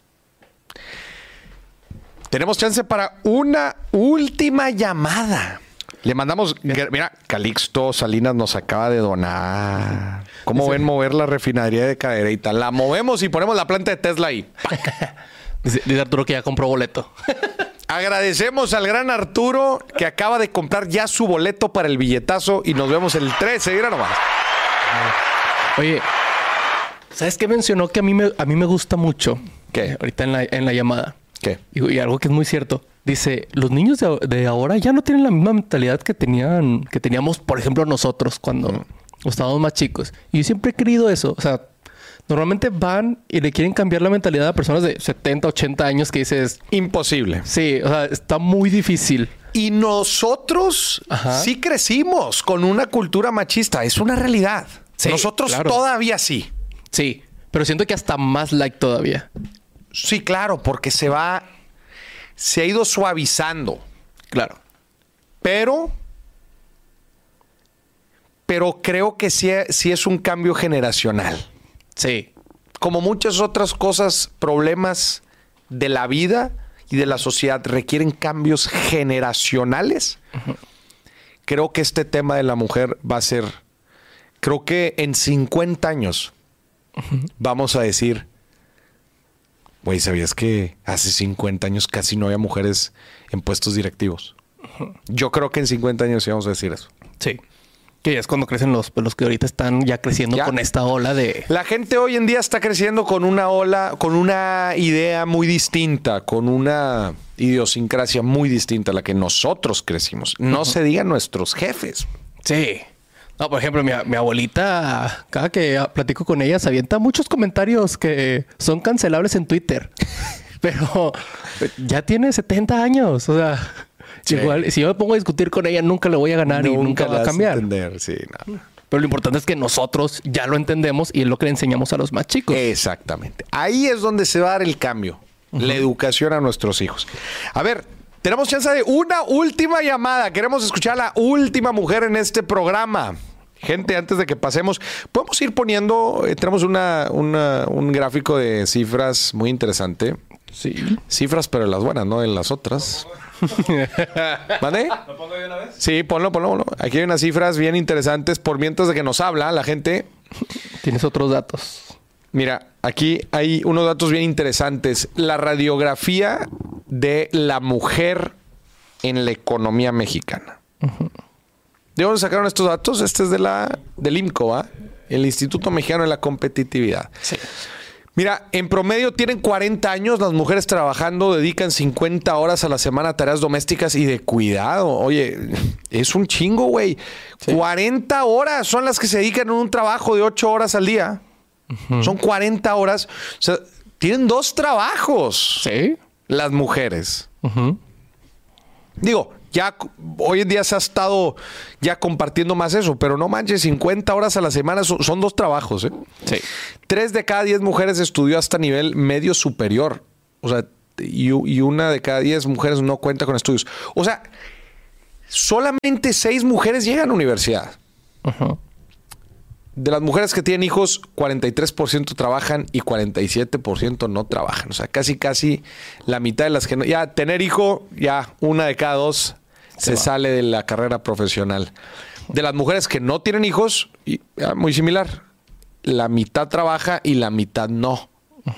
Tenemos chance para una última llamada. Le mandamos... Mira, Calixto Salinas nos acaba de donar. ¿Cómo ven mover la refinería de Cadereyta? La movemos y ponemos la planta de Tesla ahí. Dice Arturo que ya compró boleto. Agradecemos al gran Arturo que acaba de comprar ya su boleto para el billetazo y nos vemos el 13. Mira nomás. Oye... ¿Sabes qué mencionó que a mí me gusta mucho? ¿Qué? Ahorita en la llamada. ¿Qué? Y algo que es muy cierto. Dice, los niños de ahora ya no tienen la misma mentalidad que teníamos, por ejemplo, nosotros cuando estábamos más chicos. Y yo siempre he querido eso. O sea, normalmente van y le quieren cambiar la mentalidad a personas de 70, 80 años que dices... Imposible. Sí, o sea, está muy difícil. Y nosotros sí crecimos con una cultura machista. Es una realidad. Sí, nosotros todavía sí. Sí, pero siento que hasta más like todavía. Sí, claro, porque se ha ido suavizando. Claro. Pero creo que sí es un cambio generacional. Sí. Como muchas otras cosas, problemas de la vida y de la sociedad requieren cambios generacionales. Creo que este tema de la mujer va a ser... Creo que en 50 años... vamos a decir, güey, ¿sabías que hace 50 años casi no había mujeres en puestos directivos? Yo creo que en 50 años sí vamos a decir eso. Sí. Que es cuando crecen los que ahorita están ya creciendo con esta ola de... La gente hoy en día está creciendo con una ola, con una idea muy distinta, con una idiosincrasia muy distinta a la que nosotros crecimos. No se digan nuestros jefes. Sí. No, por ejemplo, mi abuelita, cada que platico con ella, se avienta muchos comentarios que son cancelables en Twitter. Pero ya tiene 70 años. O sea, sí. Igual, si yo me pongo a discutir con ella, nunca le voy a ganar y nunca va a cambiar. Sí, no. Pero lo importante es que nosotros ya lo entendemos y es lo que le enseñamos a los más chicos. Exactamente. Ahí es donde se va a dar el cambio. La educación a nuestros hijos. A ver, tenemos chance de una última llamada. Queremos escuchar a la última mujer en este programa. Gente, antes de que pasemos, podemos ir poniendo, tenemos un gráfico de cifras muy interesante. Sí. Cifras, pero las buenas, no en las otras. ¿Vale? ¿Lo pongo de una vez? Sí, ponlo. Aquí hay unas cifras bien interesantes por mientras de que nos habla la gente. Tienes otros datos. Mira, aquí hay unos datos bien interesantes. La radiografía de la mujer en la economía mexicana. ¿De dónde sacaron estos datos? Este es del IMCO, ¿va? El Instituto Mexicano de la Competitividad. Sí. Mira, en promedio tienen 40 años las mujeres trabajando, dedican 50 horas a la semana a tareas domésticas y de cuidado. Oye, es un chingo, güey. Sí. 40 horas son las que se dedican en un trabajo de 8 horas al día. Son 40 horas. O sea, tienen 2 trabajos. Sí. Las mujeres. Digo, ya hoy en día se ha estado ya compartiendo más eso, pero no manches, 50 horas a la semana son 2 trabajos, ¿eh? Sí. 3 de cada 10 mujeres estudió hasta nivel medio superior. O sea, y 1 de cada 10 mujeres no cuenta con estudios. O sea, solamente 6 mujeres llegan a la universidad. De las mujeres que tienen hijos, 43% trabajan y 47% no trabajan. O sea, casi la mitad de las que no... Ya, tener hijo, ya 1 de cada 2 se sale de la carrera profesional. De las mujeres que no tienen hijos, muy similar. La mitad trabaja y la mitad no.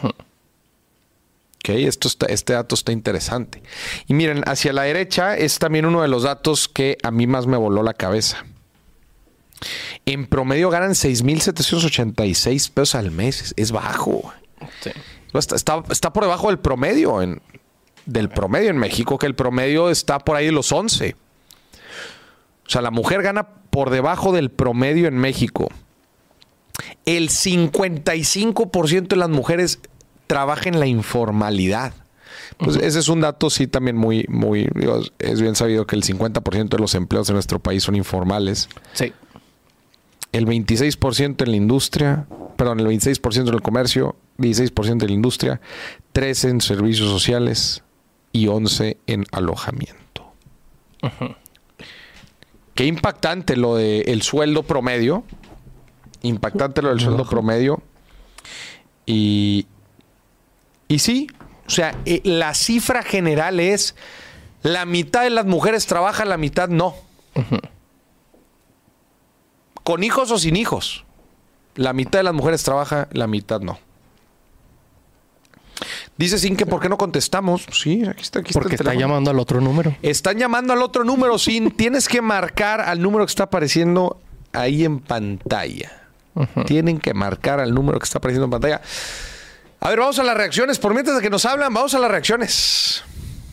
Ok, este dato está interesante. Y miren, hacia la derecha es también uno de los datos que a mí más me voló la cabeza. En promedio ganan 6,786 pesos al mes. Es bajo. Sí. Está por debajo del promedio en México, que el promedio está por ahí de los 11. O sea, la mujer gana por debajo del promedio en México. El 55% de las mujeres trabaja en la informalidad. Pues ese es un dato, sí, también muy, es bien sabido que el 50% de los empleos en nuestro país son informales. Sí. El 26% en la industria, perdón, el 26% en el comercio, 16% en la industria, 13% en servicios sociales y 11% en alojamiento. Qué impactante lo del sueldo promedio. Sueldo promedio. Y sí, o sea, la cifra general es la mitad de las mujeres trabajan, la mitad no. Con hijos o sin hijos. La mitad de las mujeres trabaja, la mitad no. Dice Sin que ¿por qué no contestamos? Sí, aquí está. Porque está llamando al otro número. Están llamando al otro número, Sin. Tienes que marcar al número que está apareciendo ahí en pantalla. Tienen que marcar al número que está apareciendo en pantalla. A ver, vamos a las reacciones. Por mientras de que nos hablan, vamos a las reacciones.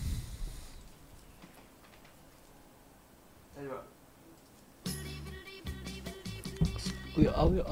Audio.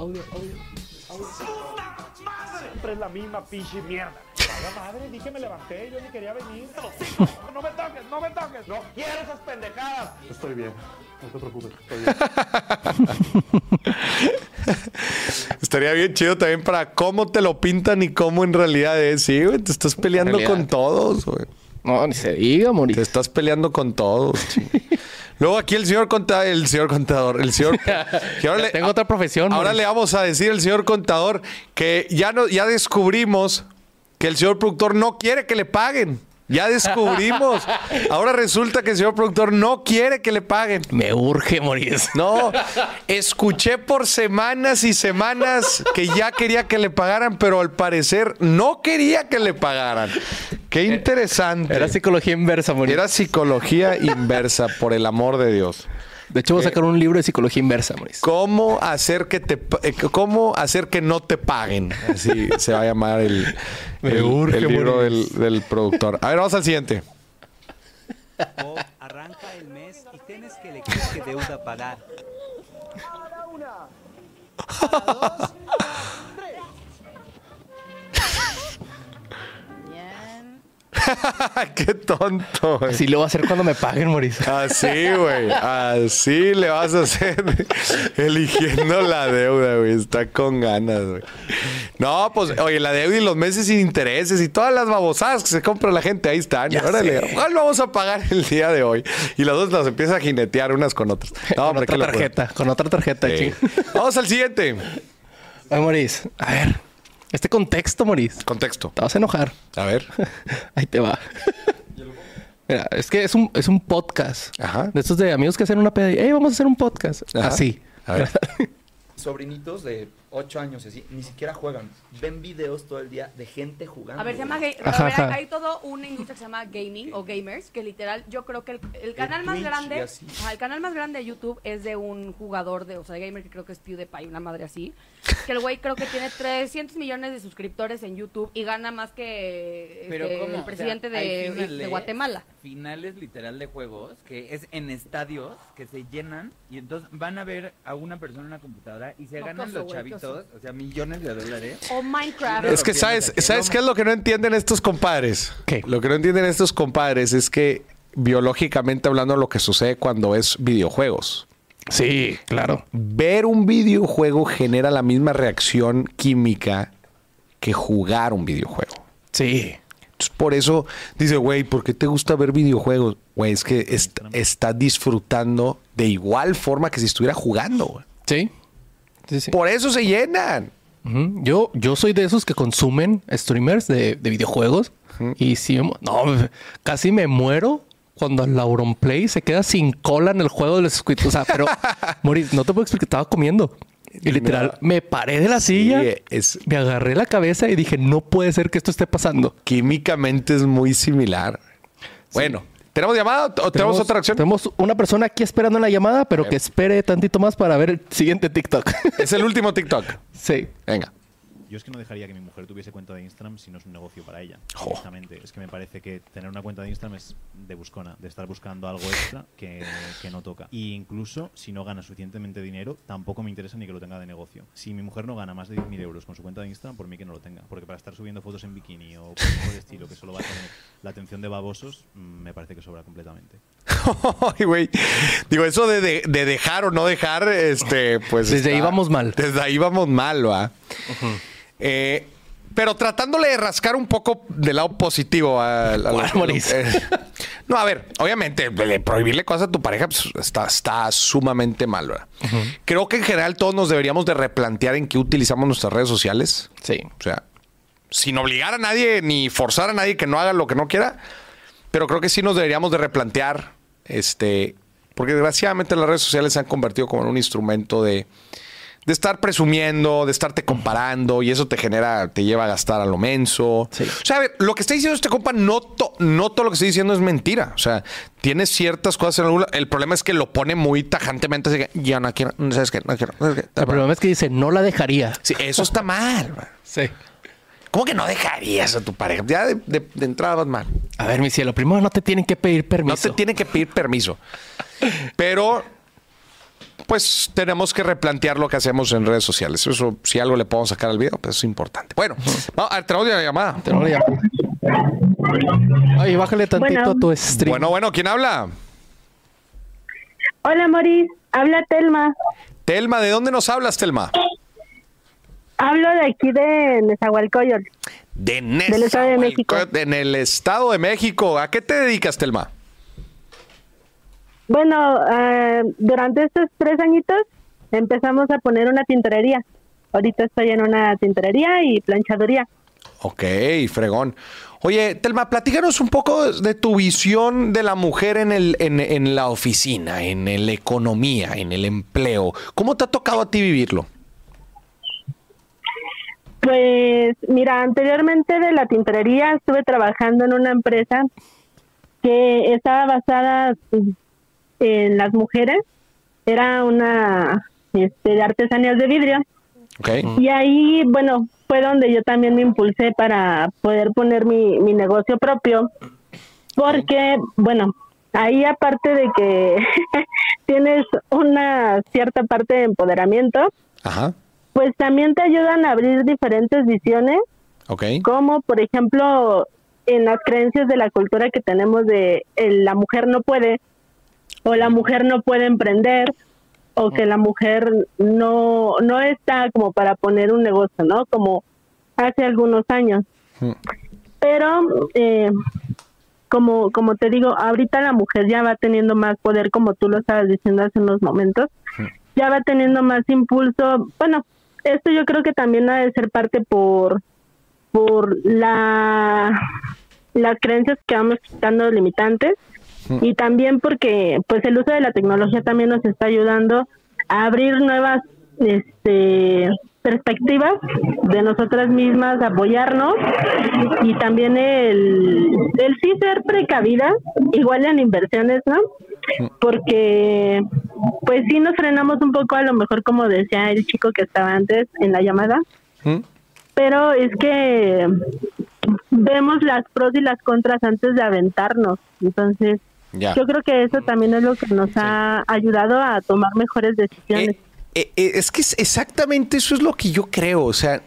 Siempre es la misma pinche mierda. Madre, di que me levanté, yo ni quería venir. No me toques. No quiero esas pendejadas. Estoy bien, no te preocupes, estoy bien. Estaría bien chido también para cómo te lo pintan y cómo en realidad es. Sí, güey, te estás peleando con todos, güey. No, ni se diga, Mori. Te estás peleando con todos. Luego aquí el señor contador. Tengo otra profesión. Ahora le vamos a decir al señor contador que ya descubrimos que el señor productor no quiere que le paguen. Ya descubrimos. Ahora resulta que el señor productor no quiere que le paguen. Me urge morir. No, escuché por semanas y semanas que ya quería que le pagaran, pero al parecer no quería que le pagaran. Qué interesante. Era psicología inversa, morir. Era psicología inversa, por el amor de Dios. De hecho, voy a sacar un libro de psicología inversa, Mauricio. ¿Cómo hacer que no te paguen? Así se va a llamar el libro del productor. A ver, vamos al siguiente. Arranca el mes y tienes que elegir qué deuda pagar. Cada una. Cada dos. Tres. Bien. Qué tonto, güey. Así lo voy a hacer cuando me paguen, Mauricio. Así, güey. Así le vas a hacer eligiendo la deuda, güey. Está con ganas, güey. No, pues, oye, la deuda y los meses sin intereses y todas las babosadas que se compra la gente, ahí están. Ya Órale, sé. ¿cuál vamos a pagar el día de hoy? Y las dos las empieza a jinetear unas con otras. No, Con otra tarjeta. Con otra tarjeta, Sí. ching. Vamos al siguiente. Ay, Maurice. A ver. Este contexto, Maurice. Contexto. Te vas a enojar. A ver. Ahí te va. Mira, es que es un podcast. Ajá. De estos de amigos que hacen una peda y, hey, vamos a hacer un podcast. Ajá. Así. A ver. Sobrinitos de 8 años y así, ni siquiera juegan. Ven videos todo el día de gente jugando. A ver, se llama Ajá, a ver, ajá. hay todo una industria que se llama gaming o gamers, que literal, yo creo que el canal más Twitch y grande, así. el canal más grande de YouTube es de un jugador de, o sea, de gamer que creo que es PewDiePie, una madre así. Que el güey creo que tiene 300 millones de suscriptores en YouTube y gana más que Pero ¿cómo? el presidente O sea, hay de finales- Guatemala. Finales literal de juegos que es en estadios que se llenan y entonces van a ver a una persona en una computadora y se No, ganan qué oso, los güey, qué chavitos, oso. o sea, millones de dólares. O Minecraft. Es que ¿sabes qué es lo que no entienden estos compadres? ¿Qué? Lo que no entienden estos compadres es que biológicamente hablando lo que sucede cuando es videojuegos. Sí, claro. Ver un videojuego genera la misma reacción química que jugar un videojuego. Sí. Entonces, por eso dice, güey, ¿por qué te gusta ver videojuegos? Güey, es que estás disfrutando de igual forma que si estuviera jugando, güey. Sí. Sí, sí. Por eso se llenan. Ujú. Yo soy de esos que consumen streamers de videojuegos. Y sí, casi me muero cuando el Auronplay se queda sin cola en el juego de los suscriptores. O sea, pero, Maurice, no te puedo explicar, estaba comiendo. Y literal, me paré de la silla, me agarré la cabeza y dije, no puede ser que esto esté pasando. Químicamente es muy similar. Bueno, ¿tenemos llamada o tenemos otra acción? Tenemos una persona aquí esperando en la llamada, pero que espere tantito más para ver el siguiente TikTok. Es el último TikTok. Sí. Venga. Yo es que no dejaría que mi mujer tuviese cuenta de Instagram si no es un negocio para ella. Honestamente, es que me parece que tener una cuenta de Instagram es de buscona, de estar buscando algo extra que no toca. Y incluso si no gana suficientemente dinero, tampoco me interesa ni que lo tenga de negocio. Si mi mujer no gana más de 10.000 euros con su cuenta de Instagram, por mí que no lo tenga. Porque para estar subiendo fotos en bikini o cosas por el estilo que solo va a tener la atención de babosos, me parece que sobra completamente. Ay, güey. Digo, eso de dejar o no dejar, pues... Desde ahí vamos mal. Desde ahí vamos mal, ¿va? Pero tratándole de rascar un poco del lado positivo no, a ver, obviamente, prohibirle cosas a tu pareja pues, está sumamente mal, ¿verdad? Creo que en general todos nos deberíamos de replantear en qué utilizamos nuestras redes sociales. Sí. O sea, sin obligar a nadie ni forzar a nadie que no haga lo que no quiera, pero creo que sí nos deberíamos de replantear, porque desgraciadamente las redes sociales se han convertido como en un instrumento de estar presumiendo, de estarte comparando, y eso te lleva a gastar a lo menso. Sí. O sea, a ver, lo que está diciendo este compa, no todo lo que está diciendo es mentira. O sea, tiene ciertas cosas en alguna. El problema es que lo pone muy tajantemente, así que yo no quiero, ¿sabes qué? No quiero. El problema es que dice, no la dejaría. Sí, eso está mal. Sí. ¿Cómo que no dejarías a tu pareja? Ya de entrada vas mal. A ver, mi cielo, primero no te tienen que pedir permiso. No te tienen que pedir permiso. Pero, pues, tenemos que replantear lo que hacemos en redes sociales. Eso, si algo le podemos sacar al video, pues es importante. Bueno, vamos, a ver, tenemos la llamada. Ay, bájale tantito a tu stream. Bueno, ¿quién habla? Hola, Maurice. Habla Telma. Telma, ¿de dónde nos hablas, Telma? Hablo de aquí de Nezahualcóyotl. Del Estado de México. En el Estado de México. ¿A qué te dedicas, Telma? Bueno, durante estos 3 añitos empezamos a poner una tintorería. Ahorita estoy en una tintorería y planchaduría. Ok, fregón. Oye, Telma, platícanos un poco de tu visión de la mujer en la oficina, en la economía, en el empleo. ¿Cómo te ha tocado a ti vivirlo? Pues mira, anteriormente de la tintorería estuve trabajando en una empresa que estaba basada en las mujeres. Era una de artesanías de vidrio. Okay. Y ahí, bueno, fue donde yo también me impulsé para poder poner mi negocio propio. Porque, bueno, ahí aparte de que tienes una cierta parte de empoderamiento, Ajá. pues también te ayudan a abrir diferentes visiones. Ok. Como, por ejemplo, en las creencias de la cultura que tenemos de la mujer no puede, o la mujer no puede emprender, o que la mujer no está como para poner un negocio, ¿no? Como hace algunos años. Pero, como te digo, ahorita la mujer ya va teniendo más poder, como tú lo estabas diciendo hace unos momentos, ya va teniendo más impulso. Bueno, esto yo creo que también ha de ser parte por las creencias que vamos quitando limitantes, y también porque pues el uso de la tecnología también nos está ayudando a abrir nuevas perspectivas de nosotras mismas, apoyarnos, y también el sí ser precavida, igual en inversiones, ¿no? Porque pues sí nos frenamos un poco, a lo mejor, como decía el chico que estaba antes en la llamada, pero es que vemos las pros y las contras antes de aventarnos. Entonces yo creo que eso también es lo que nos ha ayudado a tomar mejores decisiones. Es que exactamente eso es lo que yo creo. O sea,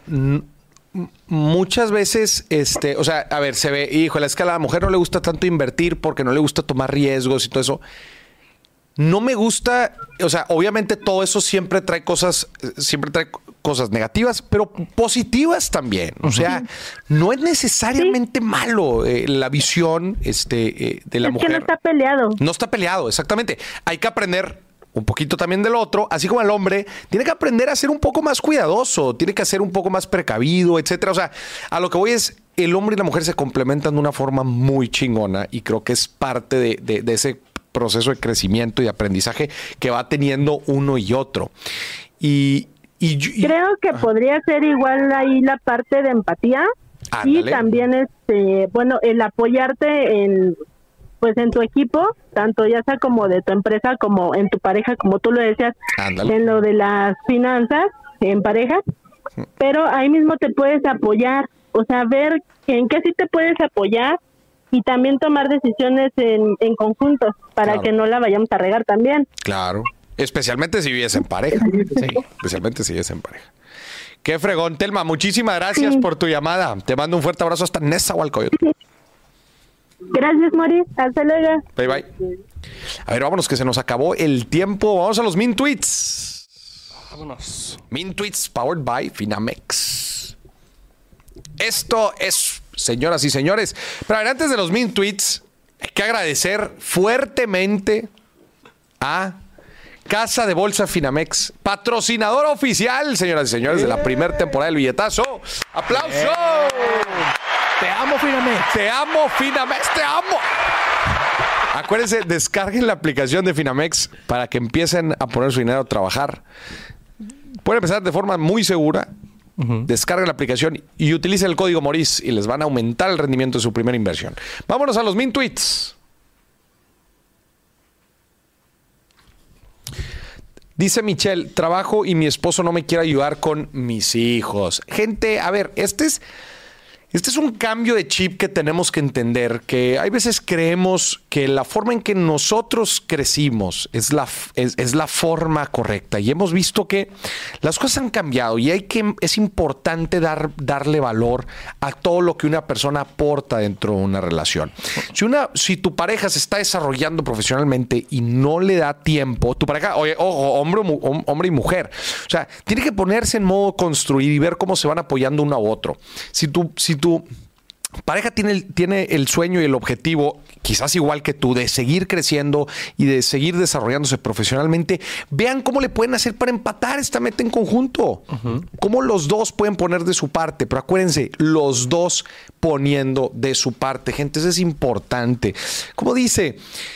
muchas veces, o sea, a ver, se ve, híjole, es que a la mujer no le gusta tanto invertir porque no le gusta tomar riesgos y todo eso. No me gusta, o sea, obviamente todo eso siempre trae cosas negativas, pero positivas también. O sea, no es necesariamente malo la visión de la mujer. Es que no está peleado. No está peleado, exactamente. Hay que aprender un poquito también del otro, así como el hombre tiene que aprender a ser un poco más cuidadoso, tiene que ser un poco más precavido, etcétera. O sea, a lo que voy es, el hombre y la mujer se complementan de una forma muy chingona, y creo que es parte de ese proceso de crecimiento y de aprendizaje que va teniendo uno y otro. Y creo que podría ser igual ahí la parte de empatía. Ándale. Y también bueno, el apoyarte en tu equipo, tanto ya sea como de tu empresa, como en tu pareja, como tú lo decías. Ándale. En lo de las finanzas en pareja, pero ahí mismo te puedes apoyar, o sea, ver en qué sí te puedes apoyar, y también tomar decisiones en conjunto para que no la vayamos a regar también. Claro. Especialmente si vives en pareja. Sí, especialmente si vives en pareja. Qué fregón, Telma. Muchísimas gracias por tu llamada. Te mando un fuerte abrazo hasta Nezahualcóyotl. Gracias, Mori. Hasta luego. Bye, bye. A ver, vámonos, que se nos acabó el tiempo. Vamos a los Min Tweets. Vámonos. Min Tweets powered by Finamex. Esto es, señoras y señores. Pero a ver, antes de los Min Tweets, hay que agradecer fuertemente a Casa de Bolsa Finamex, patrocinador oficial, señoras y señores, de la primera temporada del billetazo. ¡Aplauso! Te amo, Finamex. Te amo, Finamex. Te amo. Acuérdense, descarguen la aplicación de Finamex para que empiecen a poner su dinero a trabajar. Pueden empezar de forma muy segura. Descarguen la aplicación y utilicen el código Moris y les van a aumentar el rendimiento de su primera inversión. Vámonos a los Min Tweets. Dice Michelle, trabajo y mi esposo no me quiere ayudar con mis hijos. Gente, a ver, este es un cambio de chip que tenemos que entender, que hay veces creemos que la forma en que nosotros crecimos es la forma correcta, y hemos visto que las cosas han cambiado y es importante darle valor a todo lo que una persona aporta dentro de una relación. Si tu pareja se está desarrollando profesionalmente y no le da tiempo, tu pareja, oye, ojo, hombre y mujer, o sea, tiene que ponerse en modo construir y ver cómo se van apoyando uno a otro. Si tu pareja tiene el sueño y el objetivo, quizás igual que tú, de seguir creciendo y de seguir desarrollándose profesionalmente, vean cómo le pueden hacer para empatar esta meta en conjunto. Cómo los dos pueden poner de su parte. Pero acuérdense, los dos poniendo de su parte. Gente, eso es importante. Como dice,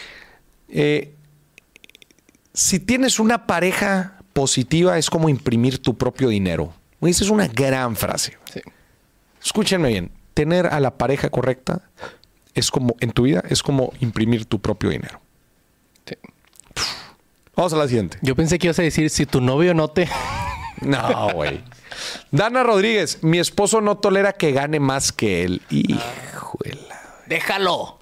si tienes una pareja positiva, es como imprimir tu propio dinero. Esa es una gran frase. Sí. Escúchenme bien. Tener a la pareja correcta es como, en tu vida, es como imprimir tu propio dinero. Sí. Vamos a la siguiente. Yo pensé que ibas a decir, si tu novio no te... No, güey. Dana Rodríguez, mi esposo no tolera que gane más que él. Híjole. Déjalo.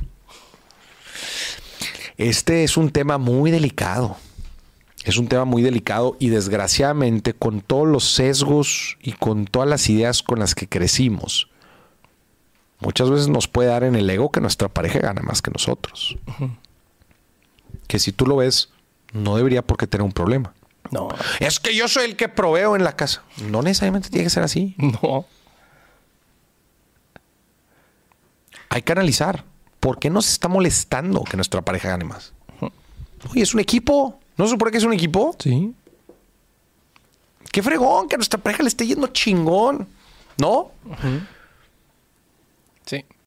Este es un tema muy delicado. Es un tema muy delicado y desgraciadamente, con todos los sesgos y con todas las ideas con las que crecimos, Muchas veces nos puede dar en el ego que nuestra pareja gana más que nosotros. Que si tú lo ves, no debería por qué tener un problema. No. Es que yo soy el que proveo en la casa. No necesariamente tiene que ser así. No. Hay que analizar. ¿Por qué nos está molestando que nuestra pareja gane más? Oye, es un equipo. ¿No se supone que es un equipo? Sí. Qué fregón que a nuestra pareja le esté yendo chingón. ¿No? Sí.